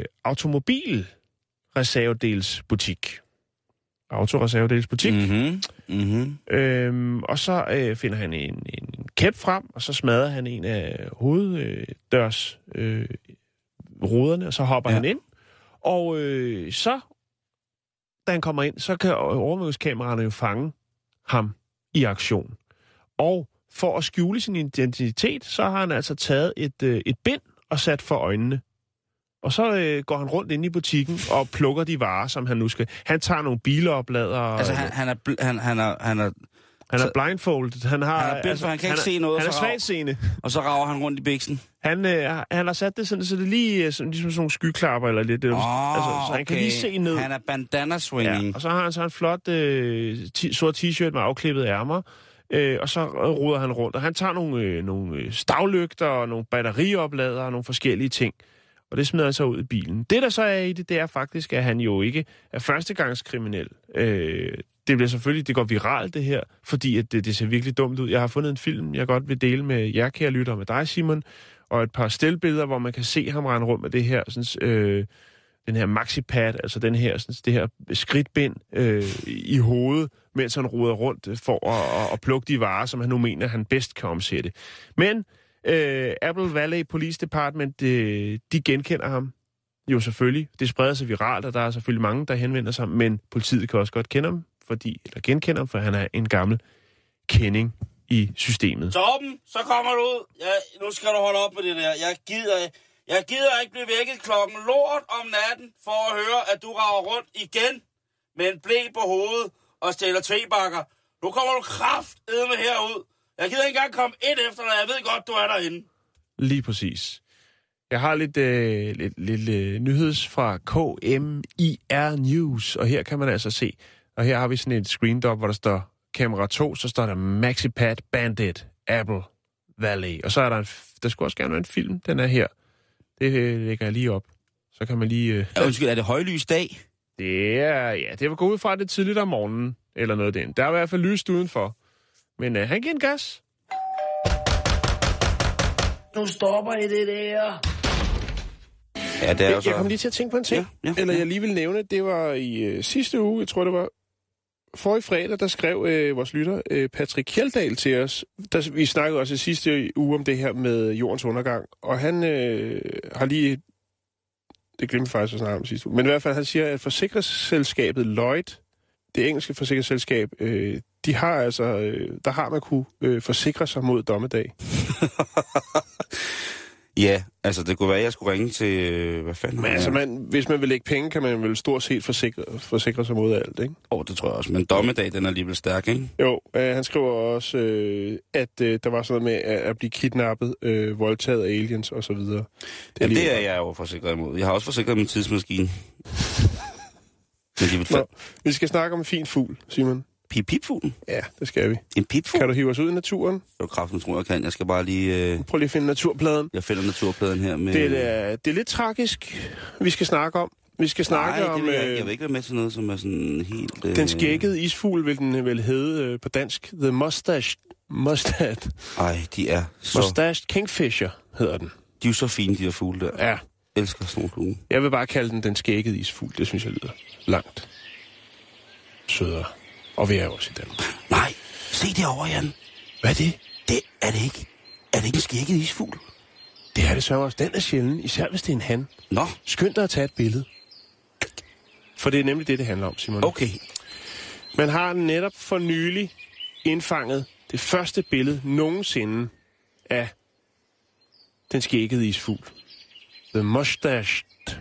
automobilreservedelsbutik. Autoreservedelsbutik. Mm-hmm. Mm-hmm. Øhm, og så øh, finder han en, en kæp frem, og så smadrer han en af hoveddørs øh, ruderne, og så hopper ja. han ind. Og øh, så, da han kommer ind, så kan overvågningskameraerne jo fange ham i aktion. Og for at skjule sin identitet, så har han altså taget et, øh, et bind og sat for øjnene. Og så øh, går han rundt inde i butikken og plukker de varer, som han nu skal. Han tager nogle biloplader. Altså, han, han er... Bl- han, han er, han er han er blindfolded. Han, har, han er bind, altså, han kan han ikke er, se noget. Han er svagtseende. Og så rager han rundt i biksen. Han, øh, han har sat det sådan, så det er lige sådan, ligesom sådan nogle skyklapper eller lidt. Oh, altså, så han okay. kan lige se ned. Han er bandana-swinging. Ja, og så har han så en flot øh, t- sort t-shirt med afklippede ærmer. Øh, og så ruder han rundt, og han tager nogle, øh, nogle stavlygter og nogle batterioplader og nogle forskellige ting. Og det smider han så ud i bilen. Det, der så er i det, det er faktisk, at han jo ikke er førstegangskriminel. Øh, det bliver selvfølgelig, det går viralt det her, fordi at det, det ser virkelig dumt ud. Jeg har fundet en film, jeg godt vil dele med jer, kære lyttere, med dig, Simon, og et par stillbilleder, hvor man kan se ham rende rundt med det her, sådan, øh, den her maxipad, altså den her, sådan, det her skridtbind øh, i hovedet, mens han ruder rundt for at, at, at plukke de varer, som han nu mener, han bedst kan omsætte. Men øh, Apple Valley Police Department, øh, de genkender ham jo selvfølgelig. Det spreder sig viralt, og der er selvfølgelig mange, der henvender sig, men politiet kan også godt kende ham, fordi, eller genkender ham, for han er en gammel kending i systemet. Torben, så kommer du ud. Ja, nu skal du holde op med det der. Jeg gider, jeg gider ikke blive vækket klokken lort om natten, for at høre, at du rager rundt igen med en blæ på hovedet og stiller tvebakker. Nu kommer du kraftedme herud. Jeg gider ikke engang komme ind efter dig. Jeg ved godt, du er derinde. Lige præcis. Jeg har lidt, øh, lidt, lidt øh, nyheds fra K M I R News, og her kan man altså se, og her har vi sådan et screendop, hvor der står kamera to, så står der Maxipad Bandit, Apple Valley, og så er der en, der skulle også gerne være en film, den er her. Det øh, lægger jeg lige op. Så kan man lige... Øh, ja, undskyld, er det højlys dag? Det er, ja, det var gået ud fra, at det er tidligt om morgenen, eller noget den. Der er i hvert fald lyst udenfor. Men øh, han giver en gas. Nu stopper I det der. Ja, det er jeg, jeg kom lige til at tænke på en ting, ja, ja, eller jeg lige vil nævne, det var i øh, sidste uge, jeg tror det var forrige fredag, der skrev øh, vores lytter øh, Patrick Kjeldahl til os. Der, vi snakkede også i sidste uge om det her med jordens undergang, og han øh, har lige, det glemte faktisk at snakke om sidste uge, men i hvert fald han siger, at forsikringsselskabet Lloyd, det engelske forsikringsselskab, øh, de har altså, øh, der har man kunne øh, forsikre sig mod dommedag. Ja, altså det kunne være, at jeg skulle ringe til... Øh, hvad fanden? Men altså, man, hvis man vil lægge penge, kan man vel stort set forsikre, forsikre sig mod alt, ikke? Åh, oh, det tror jeg også. Men dommedag, den er alligevel stærk, ikke? Jo, øh, han skriver også, øh, at øh, der var sådan noget med at, at blive kidnappet, øh, voldtaget af aliens og så videre. Det er, ja, det er jeg jo forsikret imod. Jeg har også forsikret min tidsmaskine. Men Nå, vi skal snakke om en fin fugl, Simon. Pip-pip-fuglen? Ja, det skal vi. En pipfugl? Kan du hive os ud i naturen? Det er jo kraften, tror jeg kan. Jeg skal bare lige... Øh... Prøv lige at finde naturpladen. Jeg finder naturpladen her med... Det er, det er lidt tragisk, vi skal snakke om. Vi skal snakke Nej, om... Nej, jeg, øh, jeg vil ikke være med til noget, som er sådan helt... Øh... Den skæggede isfugl vil den vel hedde øh, på dansk. The Mustache... Mustad. Ej, de er så... Mustache Kingfisher hedder den. De er jo så fine, de her fugle der. Ja. Jeg elsker sådan nogle fugle. Jeg vil bare kalde den den skæggede isfugl. Det synes jeg lyder langt sødere. Og vi er også i Danmark. Nej, se derovre, Jan. Hvad er det? Det er det ikke. Er det ikke en skægget isfugl? Det er det så også. Den er sjælden, især hvis det er en han. Nå. Skynd dig at tage et billede. For det er nemlig det, det handler om, Simon. Okay. Man har netop for nylig indfanget det første billede nogensinde af den skæggede isfugl. The Mustached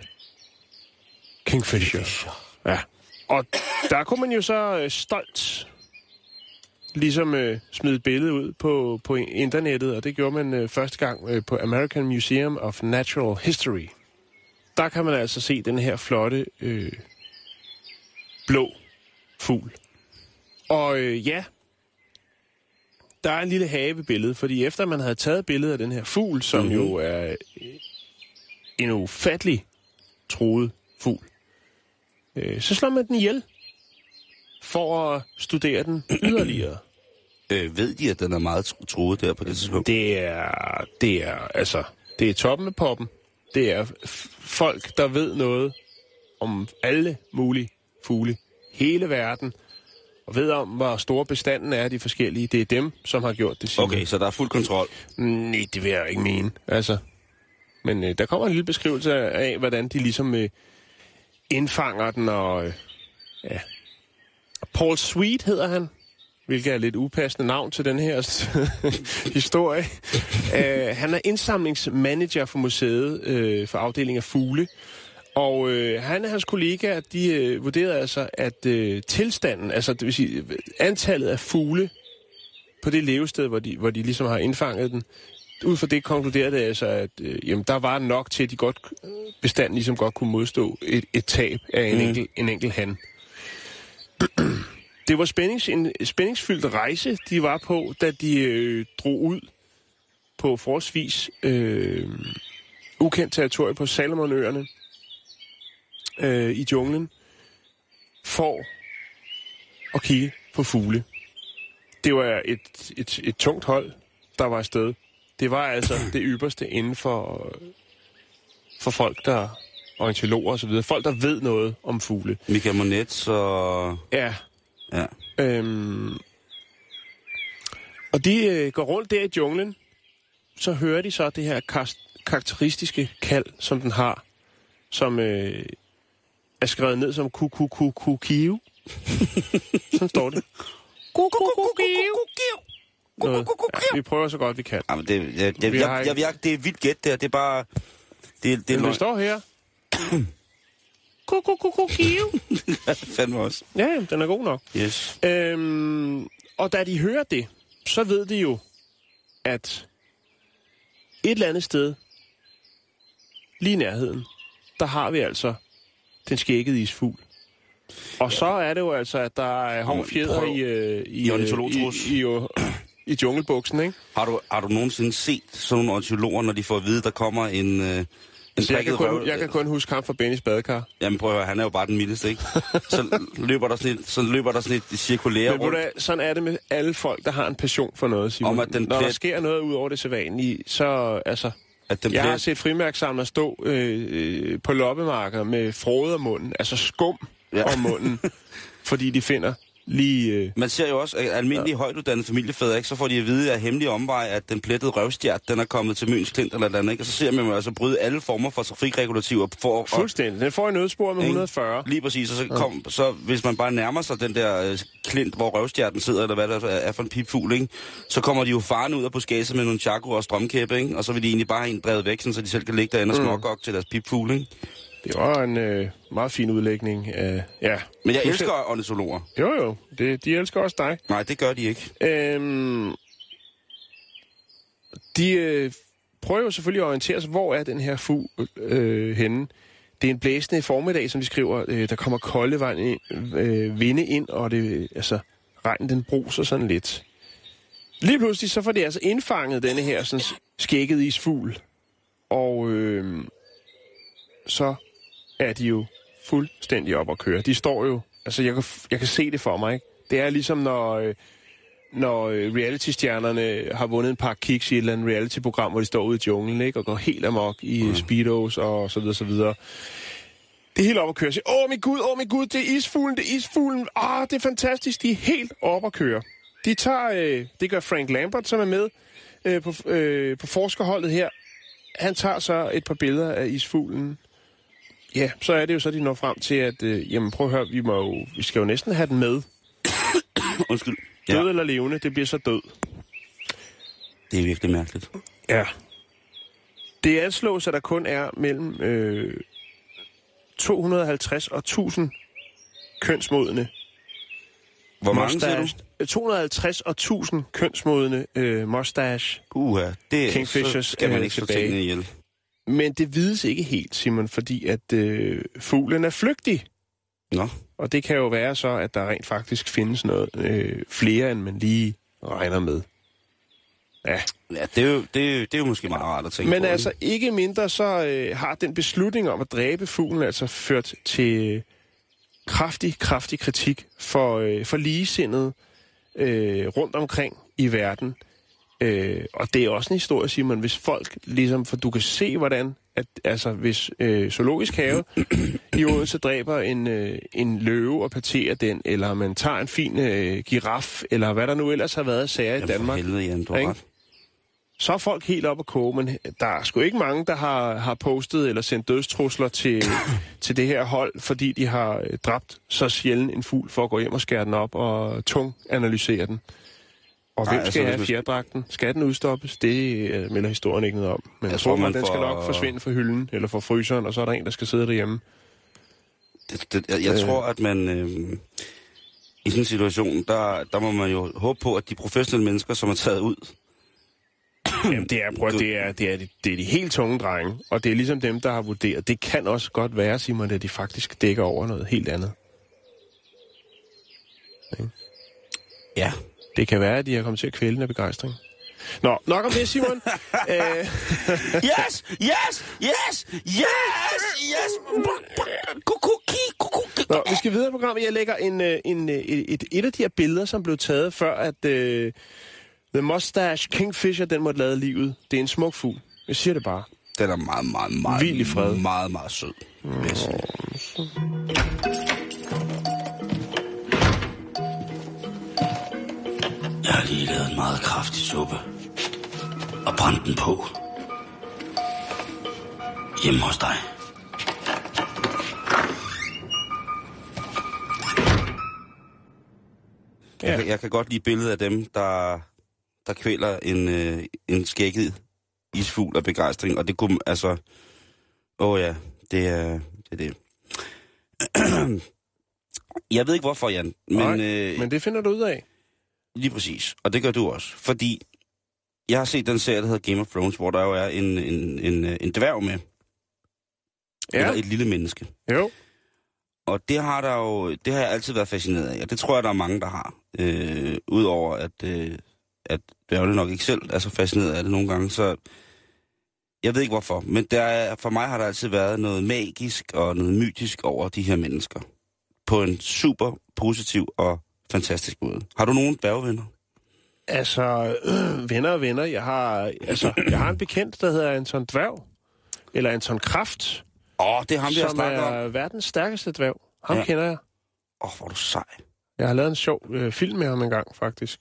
Kingfisher. Ja. Og der kunne man jo så øh, stolt ligesom øh, smide et billede ud på, på internettet, og det gjorde man øh, første gang øh, på American Museum of Natural History. Der kan man altså se den her flotte øh, blå fugl. Og øh, ja, der er en lille havebillede, fordi efter man havde taget billedet af den her fugl, som mm-hmm. jo er øh, en ufattelig truet fugl, øh, så slår man den ihjel for at studere den yderligere. Øh, ved de, at den er meget truet der på det tidspunkt? Det er, det er, altså, det er toppen af poppen. Det er f- folk, der ved noget om alle mulige fugle, hele verden, og ved om, hvor store bestanden er de forskellige. Det er dem, som har gjort det. Simon. Okay, så der er fuld kontrol? Nej, det vil jeg ikke mene. Altså, men øh, der kommer en lille beskrivelse af, hvordan de ligesom øh, indfanger den, og øh, ja... Paul Sweet hedder han, hvilket er et lidt upassende navn til den her historie. uh, han er indsamlingsmanager for museet uh, for afdeling af fugle, og uh, han og hans kollegaer, de uh, vurderede altså, at uh, tilstanden, altså det vil sige antallet af fugle på det levested, hvor de, hvor de ligesom har indfanget den, ud fra det konkluderede det altså, at uh, jamen, der var nok til, at de godt, bestanden ligesom godt kunne modstå et, et tab af en, mm. enkelt, en enkelt han. Det var spændings, en spændingsfyldt rejse, de var på, da de øh, drog ud på forholdsvis øh, ukendt territorie på Salomonøerne øh, i junglen for at kigge på fugle. Det var et, et, et tungt hold, der var afsted. Det var altså det ypperste inden for, for folk, der ornitologer og så videre. Folk, der ved noget om fugle. Michael Monets og... Ja. Ja. Øhm, og de øh, går rundt der i junglen, så hører de så det her kar- karakteristiske kald, som den har, som øh, er skrevet ned som ku-ku-ku-ku-kiu. Sådan står det. Ku-ku-ku-ku-kiu. Noget. Ja, vi prøver så godt vi kan. Jamen, det, jeg, jeg, jeg, jeg, jeg, det er vildt gæt der, det er bare... Det, det, Men det står her. Ku-ku-ku-ku-kiu. Fandme også. Ja, den er god nok. Yes. Øhm, og da de hører det, så ved de jo, at et eller andet sted, lige i nærheden, der har vi altså den skæggede isfugl. Og ja. Så er det jo altså, at der er hård fjeder i, øh, i, I, i, i, i, i junglebuksen, ikke? Har du, har du nogensinde set sådan nogle ornitologer, når de får at vide, der kommer en... Øh Altså, jeg, kan kun, jeg kan kun huske ham fra Bennys badekar. Jamen prøv at høre, han er jo bare den mildeste, ikke? Så løber der sådan et, så løber der sådan et cirkulære rundt. Men sådan er det med alle folk, der har en passion for noget, Simon. Om, at den Når plet... der sker noget ud over det sædvanlige, så altså... At den jeg plet... har set frimærksamler stå øh, øh, på loppemarker med frode om munden, altså skum ja. om munden, fordi de finder lige... Øh... Man ser jo også, at almindelige ja. højtuddannede familiefædre, ikke, så får de at vide af hemmelige omvej, at den plettede røvstjert, den er kommet til Møns Klint eller andet, ikke? Og så ser man jo altså bryde alle former for trafikregulativer. For, Fuldstændig. Den får en nødspor med et hundrede og fyrre. Lige præcis, og så, kom, ja. så hvis man bare nærmer sig den der øh, klint, hvor røvstjerten sidder, eller hvad der er for en pipfugl, ikke? Så kommer de jo farne ud af buskadset med nogle chaco og strømkæppe, ikke? Og så vil de egentlig bare have en drevet væk, så de selv kan ligge derinde og smågok mm. til deres pipfugl, ikke? Det var en øh, meget fin udlægning af... Ja. Men jeg elsker ornitologer. Jo, jo. Det, de elsker også dig. Nej, det gør de ikke. Øhm, de øh, prøver jo selvfølgelig at orientere sig, hvor er den her fugl øh, henne. Det er en blæsende formiddag, som de skriver. Øh, der kommer kolde vand ind, øh, vinde ind, og det, altså, regnen den bruser sådan lidt. Lige pludselig så får de altså indfanget denne her sådan, skæggede isfugl. Og øh, så er de jo fuldstændig op at køre. De står jo, altså jeg kan, jeg kan se det for mig, ikke? Det er ligesom når, øh, når reality-stjernerne har vundet en par kicks i et eller andet reality-program, hvor de står ude i junglen, ikke? Og går helt amok i mm. speedos og så videre, så videre. Det er helt op at køre. Åh, oh, min Gud, åh, oh, min Gud, det er isfuglen, det er isfuglen. Ah, det er fantastisk, de er helt op at køre. De tager, øh, det gør Frank Lambert, som er med øh, på, øh, på forskerholdet her. Han tager så et par billeder af isfuglen. Ja, så er det jo så, de når frem til, at øh, jamen prøv at høre, vi, må jo, vi skal jo næsten have den med. Undskyld. Død Ja. eller levende, det bliver så død. Det er virkelig mærkeligt. Ja. Det anslås, at der kun er mellem øh, to hundrede og halvtreds og tusind kønsmodne. Hvor mange siger du? to hundrede og halvtreds og tusind kønsmodne øh, mustache. Uha, det Kingfishers så skal man ikke slå tingene ihjel. Men det vides ikke helt, Simon, fordi at øh, fuglen er flygtig. Nå. Og det kan jo være så, at der rent faktisk findes noget øh, flere, end man lige regner med. Ja, ja det, er jo, det, er jo, det er jo måske meget rart at tænke Men på. Men altså ikke mindre så øh, har den beslutning om at dræbe fuglen altså ført til øh, kraftig, kraftig kritik for, øh, for ligesindede øh, rundt omkring i verden. Øh, og det er også en historie, Simon, hvis folk ligesom, for du kan se, hvordan, at altså hvis øh, Zoologisk Have i Odense dræber en, øh, en løve og parterer den, eller man tager en fin øh, giraf, eller hvad der nu ellers har været af sager i Danmark. Helvede, Jan, du har ret. Så er folk helt op at koge, men der er sgu ikke mange, der har, har postet eller sendt dødstrusler til, til det her hold, fordi de har øh, dræbt så sjældent en fugl for at gå hjem og skære den op og tung analysere den. Og hvem Ej, skal altså, have fjerdragten? Skal den udstoppes? Det øh, melder historien ikke noget om. Men jeg tror, man den får... skal nok forsvinde fra hylden eller fra fryseren, og så er der en, der skal sidde derhjemme. Det, det, jeg jeg øh... tror, at man øh, i sådan en situation, der, der må man jo håbe på, at de professionelle mennesker, som er taget ud... Jamen, det er, prøv, det, er, det, er, det er de helt tunge drenge, og det er ligesom dem, der har vurderet. Det kan også godt være, Simon, at de faktisk dækker over noget helt andet. Okay. Ja. Det kan være, at de har kommet til at kvæle af begejstring. Nå, nok om det, Simon. Æh... yes! Yes! Yes! Yes! Yes! Nå, vi skal videre i programmet. Jeg lægger en, en, et, et, et af de her billeder, som blev taget før, at uh, The Mustache Kingfisher, den måtte lade livet. Det er en smuk fugl. Jeg siger det bare. Den er meget, meget, meget, Hvil i fred. meget, meget, meget sød. Mm. Jeg har lige lavet en meget kraftig suppe og brændt den på hjemme hos dig. Ja. Jeg, jeg kan godt lide billedet af dem, der, der kvæler en, øh, en skægget isfugl af begejstring, og det kunne, altså, åh ja, det er det. det. Jeg ved ikke hvorfor, Jan, men... Nej, øh, men det finder du ud af. Lige præcis, og det gør du også, fordi jeg har set den serie, der hedder Game of Thrones, hvor der jo er en, en, en, en dværg med. Ja. Eller et lille menneske. Jo. Og det har der jo, det har jeg altid været fascineret af, og det tror jeg, der er mange, der har. Øh, Udover at, øh, at dværgene nok ikke selv er så fascineret af det nogle gange, så jeg ved ikke hvorfor. Men der er, for mig har der altid været noget magisk og noget mytisk over de her mennesker. På en super positiv og fantastisk måde. Har du nogen dværgvenner? Altså, øh, venner og venner. Jeg har, altså, jeg har en bekendt, der hedder Anton Dværg. Eller Anton Kraft. Åh, oh, det er ham, vi har snakket om. Som er verdens stærkeste dværg. Ham ja. kender jeg. Åh, oh, hvor er du sej. Jeg har lavet en sjov øh, film med ham engang, faktisk.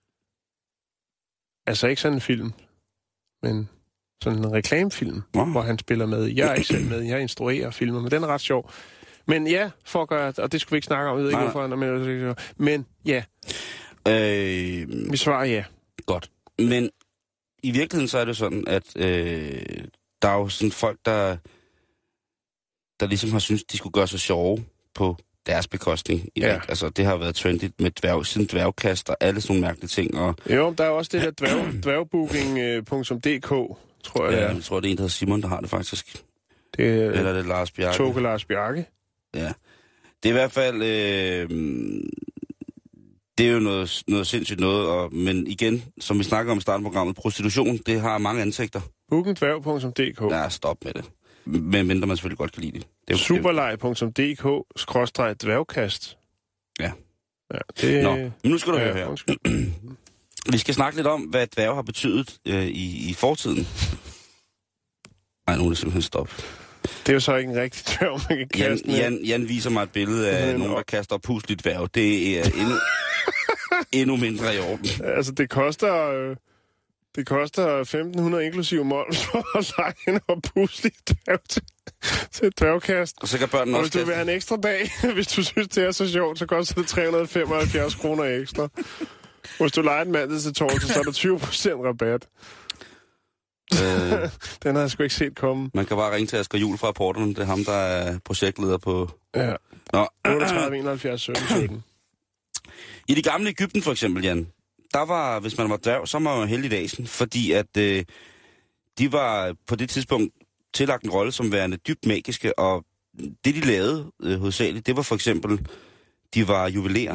Altså ikke sådan en film, men sådan en reklamefilm, oh. hvor han spiller med. Jeg er ikke selv med, jeg instruerer filmer, men den er ret sjov. Men ja, for at gøre, og det skulle vi ikke snakke om, jeg ved ikke hvorfor, men, men ja. Øh, Vi svarer ja. Godt. Men i virkeligheden så er det sådan, at øh, der er jo sådan folk, der, der ligesom har syntes, de skulle gøre sig sjove på deres bekostning. Ja. Altså, det har været trendigt med dværg, siden dværgkast og alle sådan nogle mærkelige ting. Og... Jo, der er også det der dværg, dværgbooking punktum d k, tror jeg, ja, det er. jeg tror, det er en, der hedder Simon, der har det faktisk. Det er, Eller det er Lars Bjarke. Toge Lars Bjarke. Ja. Det er i hvert fald... Øh, det er jo noget, noget sindssygt noget, og, men igen, som vi snakker om i starten af programmet, prostitution, det har mange ansigter. booking dværg punktum d k. Ja, stop med det. Men mindre man selvfølgelig godt kan lide det. det Superleg punktum d k skråstreg dværgkast. Ja. Ja, det... Nå, men nu skal du ja, høre her. Vi skal snakke lidt om, hvad dværge har betydet øh, i, i fortiden. Nej, nu er det simpelthen stop. Det er jo så ikke en rigtig dværg, man kan kaste Jan, Jan, Jan viser mig et billede af nogen, der kaster pusligt dværg. Det er endnu, endnu mindre i orden. Altså, det koster... Øh... Det koster femten hundrede inklusive moms for at lege en oppuslig dværg til, til et dværgkast. Og så kan børnene og også... hvis du vil have en ekstra dag, hvis du synes, det er så sjovt, så koster det tre hundrede og femoghalvfjerds kroner ekstra. Hvis du leger en mandag til torsdag, så er der tyve procent rabat. Øh, Den har jeg sgu ikke set komme. Man kan bare ringe til Asger Juhl fra Porterne. Det er ham, der er projektleder på... Ja. Nå. otteogtredive enoghalvfjerds sytten sytten. I det gamle Egypten for eksempel, Jan, der var, hvis man var dværg, så var man heldig i dagen, fordi at øh, de var på det tidspunkt tillagt en rolle som værende dybt magiske, og det de lavede øh, hovedsageligt, det var for eksempel, de var juvelérer,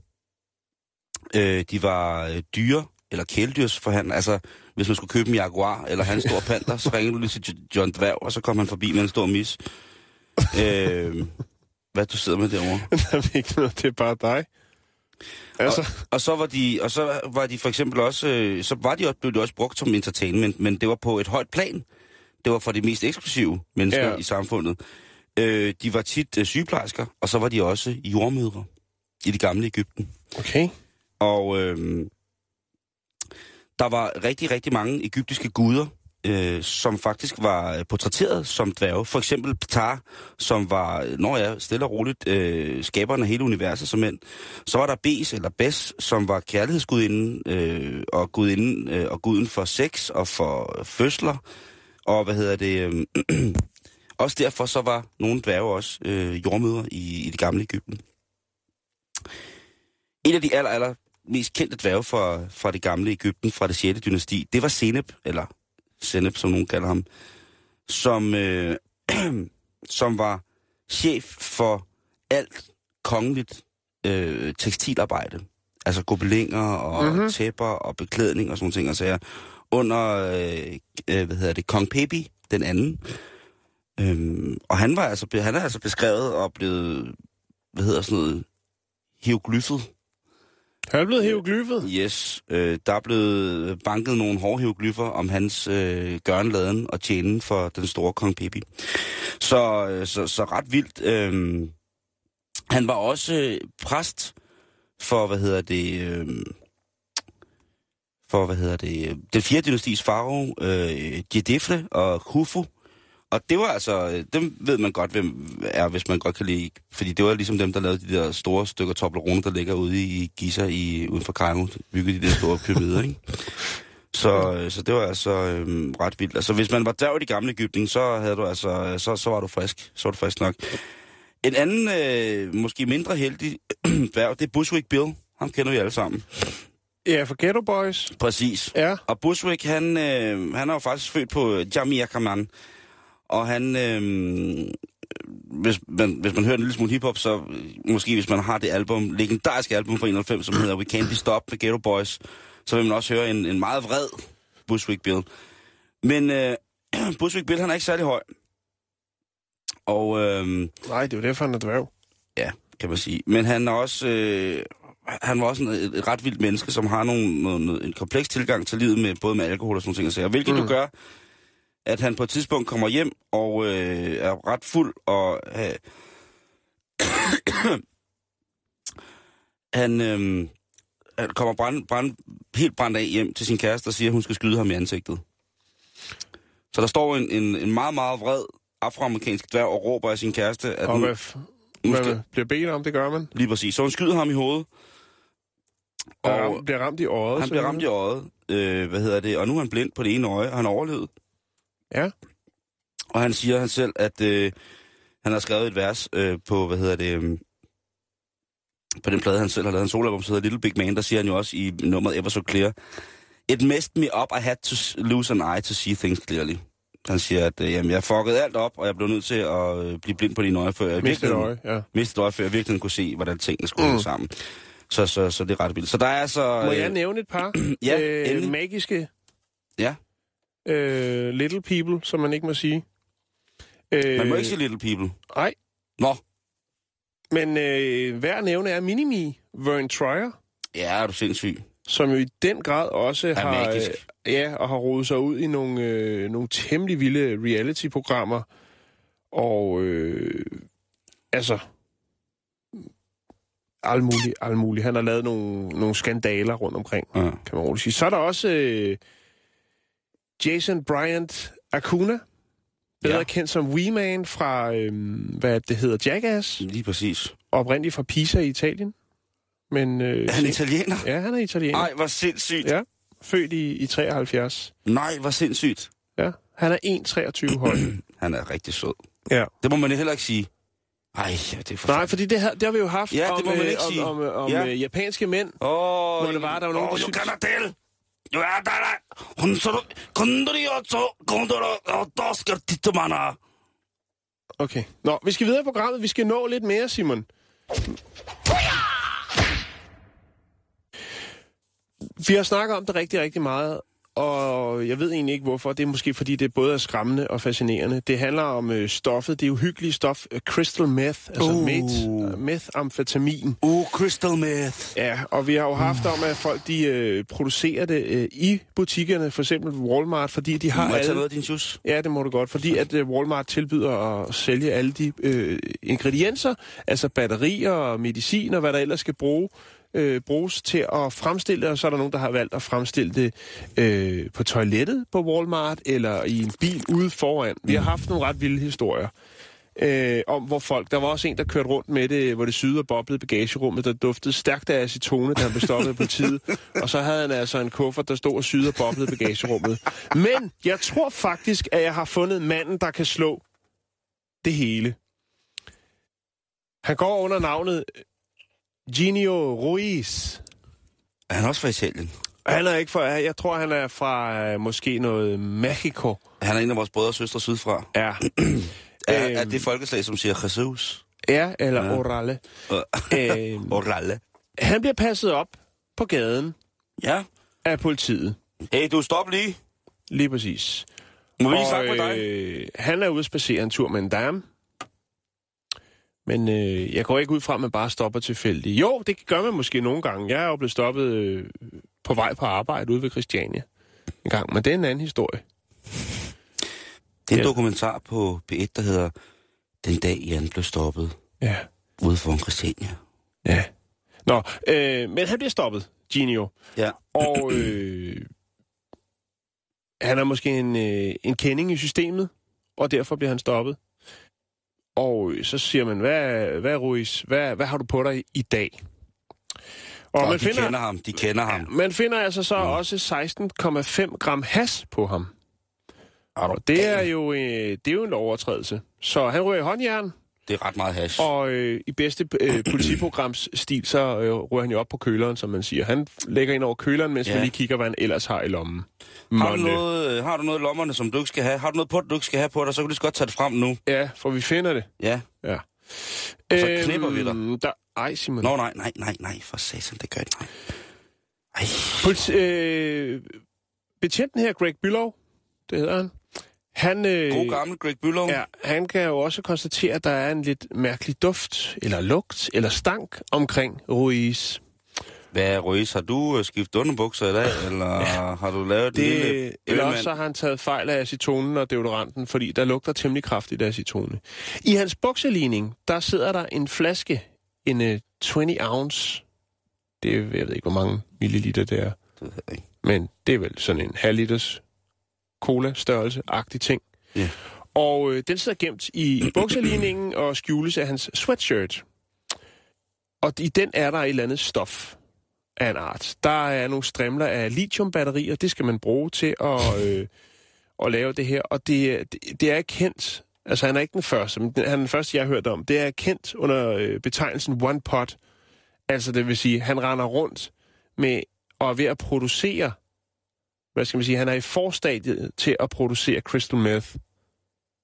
øh, de var øh, dyre, eller kæledyrsforhandler, altså hvis man skulle købe en jaguar, eller have en stor panter, så ringede du lige til John Dværg, og så kom han forbi med en stor mis. øh, hvad du sidder med derovre? Der er ikke noget, det er bare dig. Altså. Og, og så var de, og så var de for eksempel også, øh, så var de også, blev de også brugt som entertainment, men det var på et højt plan. Det var for de mest eksklusive mennesker ja. i samfundet. Øh, de var tit øh, sygeplejersker, og så var de også jordmødre i det gamle Egypten. Okay. Og øh, der var rigtig, rigtig mange egyptiske guder, øh, som faktisk var portrætteret som dværge. For eksempel Ptah, som var, når jeg stille og roligt, øh, skaberen af hele universet som mænd. Så var der Bes, eller Bes, som var kærlighedsgudinden, øh, og gudinden, øh, og guden for sex og for fødsler. Og hvad hedder det? Øh, også derfor så var nogle dværge også øh, jordmødre i, i det gamle Egypten. En af de aller, aller mest kendte dværge fra, fra det gamle Egypten, fra det sjette dynasti, det var Senep, eller Senep, som nogen kalder ham, som, øh, som var chef for alt kongeligt øh, tekstilarbejde. Altså gobelinger og mm-hmm. tæpper og beklædning og sådan ting. Altså under, øh, øh, hvad hedder det, Kong Pepi, den anden. Øhm, og han var altså, han er altså beskrevet og blevet, hvad hedder sådan noget, hieroglyfet. Han er blevet hieroglyfet? Yes. Øh, der er blevet banket nogle hårde hieroglyfer om hans øh, gørenladen og tjenen for den store Kong Pepi. Så, øh, så, så ret vildt. Øh, han var også øh, præst for, hvad hedder det, øh, for, hvad hedder det, den fjerde dynastis farao, øh, Djedefre og Khufu. Og det var altså, dem ved man godt, hvem er, hvis man godt kan lide, fordi det var ligesom dem, der lavede de der store stykker Toblerone, der ligger ude i Giza i, uden for Cairo, byggede de der store pyramider, ikke? Så, så det var altså øhm, ret vildt. Altså, hvis man var dværg i det gamle Egypten, så havde du altså, så, så var du frisk. Så var du frisk nok. En anden, øh, måske mindre heldig dværg, det er Bushwick Bill. Ham kender vi alle sammen. Ja, for Ghetto Boys. Præcis. Ja. Og Bushwick, han, øh, han er jo faktisk født på Jamia Kaman. Og han, øh, hvis, man, hvis man hører en lille smule hiphop, så måske hvis man har det album, legendariske album fra enoghalvfems, som hedder We Can't Be Stopped med Ghetto Boys, så vil man også høre en, en meget vred Bushwick Bill. Men øh, Bushwick Bill, han er ikke særlig høj. Og, øh, nej, det er jo derfor, han er dværg. Ja, kan man sige. Men han er også, øh, han var også en, et, et ret vildt menneske, som har nogle, noget, en kompleks tilgang til livet, med både med alkohol og sådan nogle ting. Så, hvilket mm. du gør, at han på et tidspunkt kommer hjem og øh, er ret fuld, og øh, han, øh, han kommer brand, brand, helt brændt af hjem til sin kæreste og siger, at hun skal skyde ham i ansigtet. Så der står en, en, en meget, meget vred afroamerikansk dværg og råber af sin kæreste, at og hun, hvad, f- hun hvad skal, bliver bedt om, det gør man. Lige præcis. Så hun skyder ham i hovedet. Og, og ram, bliver ramt i øjet. Han bliver ramt i øjet. Øh, hvad hedder det? Og nu er han blind på det ene øje, og han overlevede. Ja. Og han siger han selv, at øh, han har skrevet et vers øh, på, hvad hedder det, øh, på den plade, han selv har lavet en soloalbum, som hedder Little Big Man, der siger han jo også i nummeret Ever So Clear, It messed me up, I had to lose an eye to see things clearly. Han siger, at øh, jamen, jeg fuckede alt op, og jeg blev nødt til at øh, blive blind på dine øje, før jeg virkelig, øje, ja. mistede øje, før jeg virkelig kunne se, hvordan tingene skulle mm. sammen. Så, så, så det er ret vildt. Så der er så... Må øh, jeg nævne et par ja, øh, magiske ja. øh, little people, som man ikke må sige? Øh, Man må ikke sige Little People. Nej. Nå. Men øh, hver nævne er Minimi, Vern Troyer. Ja, er du sindssyg. Som jo i den grad også er har, magisk. øh, ja, og har rodet sig ud i nogle, øh, nogle temmelig vilde reality-programmer. Og øh, altså, alt muligt, alt muligt. Han har lavet nogle, nogle skandaler rundt omkring, ja. Kan man roligt sige. Så er der også øh, Jason Bryant Acuna, bedre ja. kendt som Wee Man fra, øh, hvad det hedder, Jackass. Lige præcis. Oprindeligt fra Pisa i Italien. Men, øh, er han se... italiener? Ja, han er italiener. Nej, hvor sindssygt. Ja, født i, i treoghalvfjerds. Nej, hvor sindssygt. Ja, han er en komma treogtyve høj. Han er rigtig sød. Ja. Det må man heller ikke sige. Ej, ja, det er for... Nej, fordi det, her, det har vi jo haft ja, om, det må man ikke om, sige. om, om, om ja. uh, japanske mænd. Åh, oh, hvor det var, der var nogen, oh, der synes... Åh, du Jo, ja, der er Honsoro, kondori otso, kondoro, otosker titomana. Okay. Nå, vi skal videre i programmet. Vi skal nå lidt mere, Simon. Vi har snakket om det rigtig, rigtig meget, og jeg ved egentlig ikke hvorfor. Det er måske fordi, det både er skræmmende og fascinerende. Det handler om øh, stoffet, det uhyggelige stof, uh, crystal meth, altså uh. meth, methamfetamin. Uh, crystal meth. Ja, og vi har jo haft om, at folk de øh, producerer det øh, i butikkerne, for eksempel Walmart, fordi de har må jeg tage alle... noget af din juice? Ja, det må du godt, fordi at øh, Walmart tilbyder at sælge alle de øh, ingredienser, altså batterier og medicin og hvad der ellers skal bruge. Øh, bruges til at fremstille det, og så er der nogen, der har valgt at fremstille det øh, på toilettet på Walmart, eller i en bil ude foran. Vi har haft nogle ret vilde historier øh, om, hvor folk... Der var også en, der kørte rundt med det, hvor det syede og boblede bagagerummet, der duftede stærkt af acetone, da han blev stoppet på tid. Og så havde han altså en kuffert, der stod og syede og boblede bagagerummet. Men jeg tror faktisk, at jeg har fundet manden, der kan slå det hele. Han går under navnet Genio Ruiz. Er han også fra Italien? Han er ikke fra... Jeg tror, han er fra øh, måske noget Mexico. Han er en af vores brødre og søstre sydfra. Ja. er, er det folkeslag, som siger Jesus? Ja, eller ja. Orale. øhm, Orale. Han bliver passet op på gaden. Ja. Af politiet. Hey, du stop lige. Lige præcis. Må vi lige snakke med dig? Øh, han er ude at spacere en tur med en dame. Men øh, jeg går ikke ud fra, at man bare stopper tilfældigt. Jo, det gør man måske nogle gange. Jeg er jo blevet stoppet øh, på vej på arbejde ude ved Christiania en gang, men det er en anden historie. Det er en ja. dokumentar på B et, der hedder Den dag Jan blev stoppet. Ja. Ude foran Christiania. Ja. Nå, øh, men han bliver stoppet, Genio. Ja. Og øh, han er måske en, øh, en kending i systemet, og derfor bliver han stoppet. Og så siger man, hvad, hvad Ruiz, hvad, hvad har du på dig i dag? Og Nå, man de finder, kender ham, de kender ham. Man finder altså så ja. også seksten komma fem gram hash på ham. Og det er jo, øh, det er jo en overtrædelse. Så han ryger i håndjern. Det er ret meget hash. Og øh, i bedste øh, politiprograms stil, så øh, ryger han jo op på køleren, som man siger. Han lægger ind over køleren, mens ja. vi lige kigger, hvad han ellers har i lommen. Har du, noget, har du noget i lommerne, som du ikke skal have? Har du noget på, du ikke skal have på dig, så kan du lige godt tage det frem nu. Ja, for vi finder det. Ja. Ja. Og så knipper vi dig. Der, ej, Simon. Nå, nej, nej, nej, nej, for satan, det gør det nej. Ej. Politi- øh, betjenten her, Greg Bülow, det hedder han. Han, øh, God gammel Greg Bülow. Ja, han kan jo også konstatere, at der er en lidt mærkelig duft, eller lugt, eller stank omkring Ruiz. Hvad, Ruiz, har du skiftet underbukser i dag, eller ja. har du lavet det, en lille eller også så har han taget fejl af acetonen og deodoranten, fordi der lugter temmelig kraftigt af acetone. I hans bukseligning, der sidder der en flaske, en uh, tyve ounce. Det er, jeg ved ikke, hvor mange milliliter det er. Det ved jeg ikke. Men det er vel sådan en halv liters cola-størrelse-agtig ting. Ja. Og øh, den sidder gemt i bukseligningen og skjules af hans sweatshirt. Og i den er der et eller andet stof af en art. Der er nogle strimler af lithiumbatterier, det skal man bruge til at, øh, at lave det her. Og det, det, det er kendt, altså han er ikke den første, men han er den første, jeg har hørt om. Det er kendt under øh, betegnelsen one pot. Altså det vil sige, han render rundt med og er ved at producere, hvad skal man sige, han er i forstadiet til at producere crystal meth.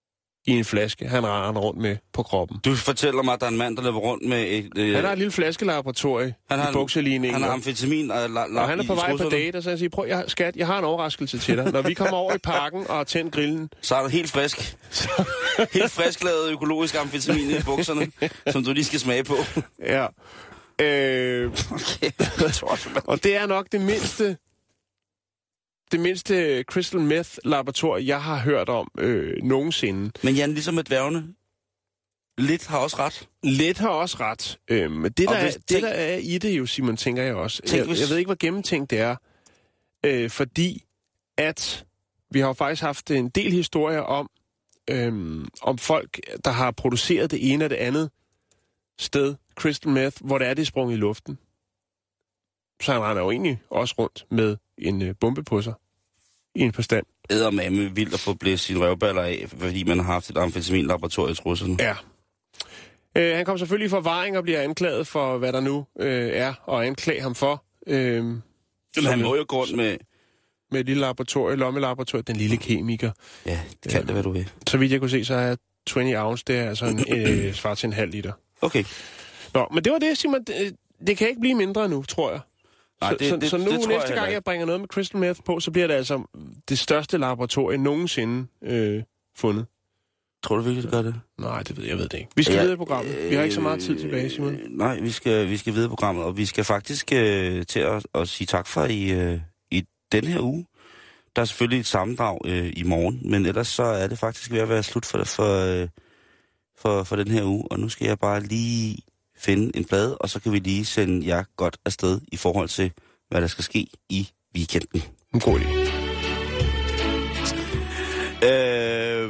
i en flaske, han render rundt med på kroppen. Du fortæller mig, at der er en mand, der løber rundt med et... Øh, han har et lille flaskelaboratorie i bukseligningen. Han har amfetamin og... La, la, og han er på vej på date, og så siger, prøv, jeg, skat, jeg har en overraskelse til dig. Når vi kommer over i parken og har tændt grillen... Så er der helt frisk. helt frisk lavet økologisk amfetamin i bukserne, som du lige skal smage på. Ja. Øh, okay. og det er nok det mindste... Det mindste crystal meth laboratorium, jeg har hørt om øh, nogensinde. Men Jan, ligesom med dværgene, lidt har også ret. Lidt har også ret. Øhm, det, der er, tænk... det, der er i det jo, Simon, tænker jeg også. Tænk, jeg, hvis... jeg ved ikke, hvor gennemtænkt det er. Øh, fordi at vi har jo faktisk haft en del historier om, øhm, om folk, der har produceret det ene og det andet sted, crystal meth, hvor det er, det er sprunget i luften. Så han render jo egentlig også rundt med en øh, bombe på sig. I en forstand. Eddermame vildt at få blæst sine røvballer af, fordi man har haft et amfetaminlaboratorium i trusserne. Ja. Øh, han kom selvfølgelig i forvaring og bliver anklaget for, hvad der nu øh, er, og anklage ham for. Øh, Men han må jo gå rundt med... Med et lille laboratorium, lommelaboratorium, den lille kemiker. Ja, det kan øh, det, hvad du vil. Så vidt jeg kunne se, så er tyve ounce, det er altså en, øh, svar til en halv liter. Okay. Nå, men det var det, Simon. Det, det kan ikke blive mindre nu, tror jeg. Nej, det, så, det, så nu det, det næste jeg gang, jeg bringer noget med crystal meth på, så bliver det altså det største laboratorium nogensinde øh, fundet. Tror du virkelig, det gør det? Nej, det ved jeg ved det ikke. Vi skal ja, videre i programmet. Vi har ikke så meget tid tilbage, Simon. Øh, nej, vi skal, vi skal videre i programmet, og vi skal faktisk øh, til at, at sige tak for i, øh, i denne her uge. Der er selvfølgelig et sammendrag øh, i morgen, men ellers så er det faktisk ved at være slut for, for, øh, for, for den her uge, og nu skal jeg bare lige finde en plade, og så kan vi lige sende jer godt afsted i forhold til, hvad der skal ske i weekenden. En god idé. Øh,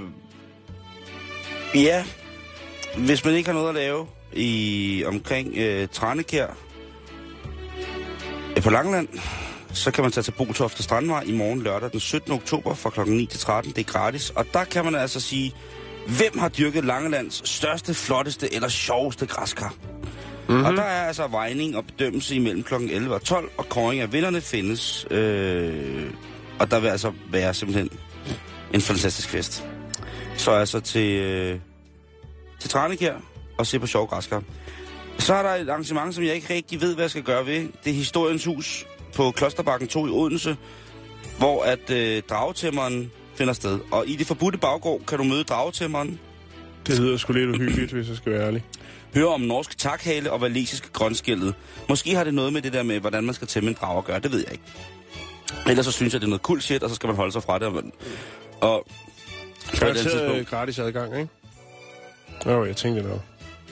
ja, hvis man ikke har noget at lave i omkring øh, Tranekær øh, på Langeland, så kan man tage til Botofte Strandvej i morgen lørdag den syttende oktober fra klokken ni til tretten. Det er gratis, og der kan man altså sige, hvem har dyrket Langelands største, flotteste eller sjoveste græskar? Mm-hmm. Og der er altså vejning og bedømmelse imellem klokken elleve og tolv, og kåring af vinderne findes. Øh, og der vil altså være simpelthen en fantastisk fest. Så altså til, øh, til Tranekær og se på sjove græskar. Så er der et arrangement, som jeg ikke rigtig ved, hvad jeg skal gøre ved. Det er Historiens Hus på Klosterbakken to i Odense, hvor at øh, dragetæmmeren finder sted. Og i det forbudte baggård kan du møde dragetæmmeren. Det lyder sgu lidt uhyggeligt, hvis jeg skal være ærlig. Hør om norsk takhale og valesiske grønskældet. Måske har det noget med det der med, hvordan man skal tæmme en drage at gøre. Det ved jeg ikke. Ellers så synes jeg, det er noget cool shit, og så skal man holde sig fra det. Og, og garanteret gratis adgang, ikke? Jo, jeg tænkte det nok.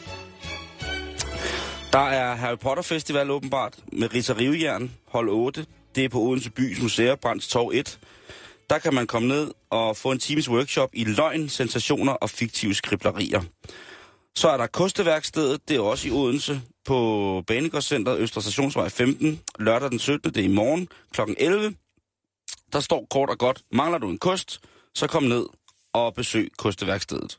Der er Harry Potter Festival åbenbart med Rita Rivejern, hold otte. Det er på Odense Bys Museer, Brands Torv et. Der kan man komme ned og få en times workshop i løgn, sensationer og fiktive skriblerier. Så er der Kosteværkstedet, det er også i Odense, på Banegårdscenteret, Østre Stationsvej femten, lørdag den syttende, det er i morgen, klokken elleve. Der står kort og godt, mangler du en kost, så kom ned og besøg Kosteværkstedet.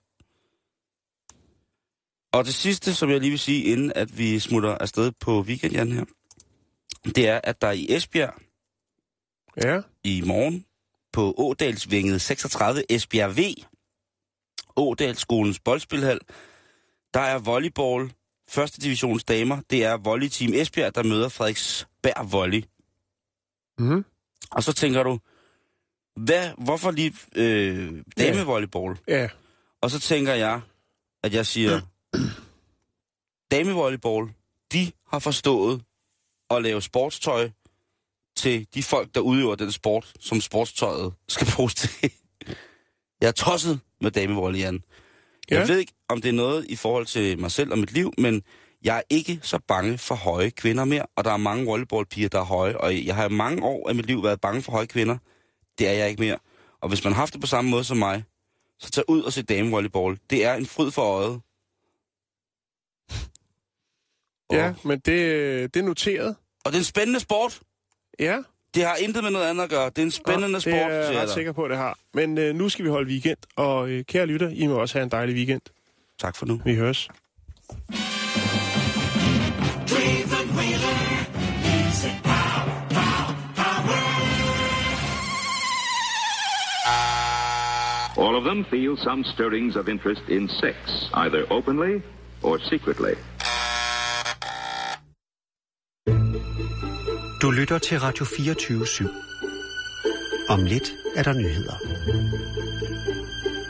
Og det sidste, som jeg lige vil sige, inden at vi smutter afsted på weekenden her, det er, at der i Esbjerg ja. i morgen på Ådalsvænget seksogtredive Esbjerg V, Ådalsskolens boldspilhal, der er volleyball, første divisions damer. Det er volleyteam Esbjerg, der møder Frederiksberg Volley. Mm-hmm. Og så tænker du, hvad, hvorfor lige øh, damevolleyball? Ja. Yeah. Og så tænker jeg, at jeg siger, damevolleyball, de har forstået at lave sportstøj til de folk, der udøver den sport, som sportstøjet skal bruges til. Jeg er tosset med damevolley, Jan. Jeg ja. ved ikke, om det er noget i forhold til mig selv og mit liv, men jeg er ikke så bange for høje kvinder mere, og der er mange volleyballpiger, der er høje, og jeg har i mange år af mit liv været bange for høje kvinder. Det er jeg ikke mere. Og hvis man har haft det på samme måde som mig, så tag ud og se damevolleyball. Det er en fryd for øjet. Ja, og... men det, det er noteret. Og det er en spændende sport. Ja. Det har intet med noget andet at gøre. Det er en spændende og sport, det er jeg ret sikker på, at det har. Men øh, nu skal vi holde weekend, og øh, kære lytter, I må også have en dejlig weekend. Tak for nu. Vi høres. All of them feel some stirrings of interest in sex, either openly or secretly. Du lytter til Radio fireogtyve syv. Om lidt er der nyheder.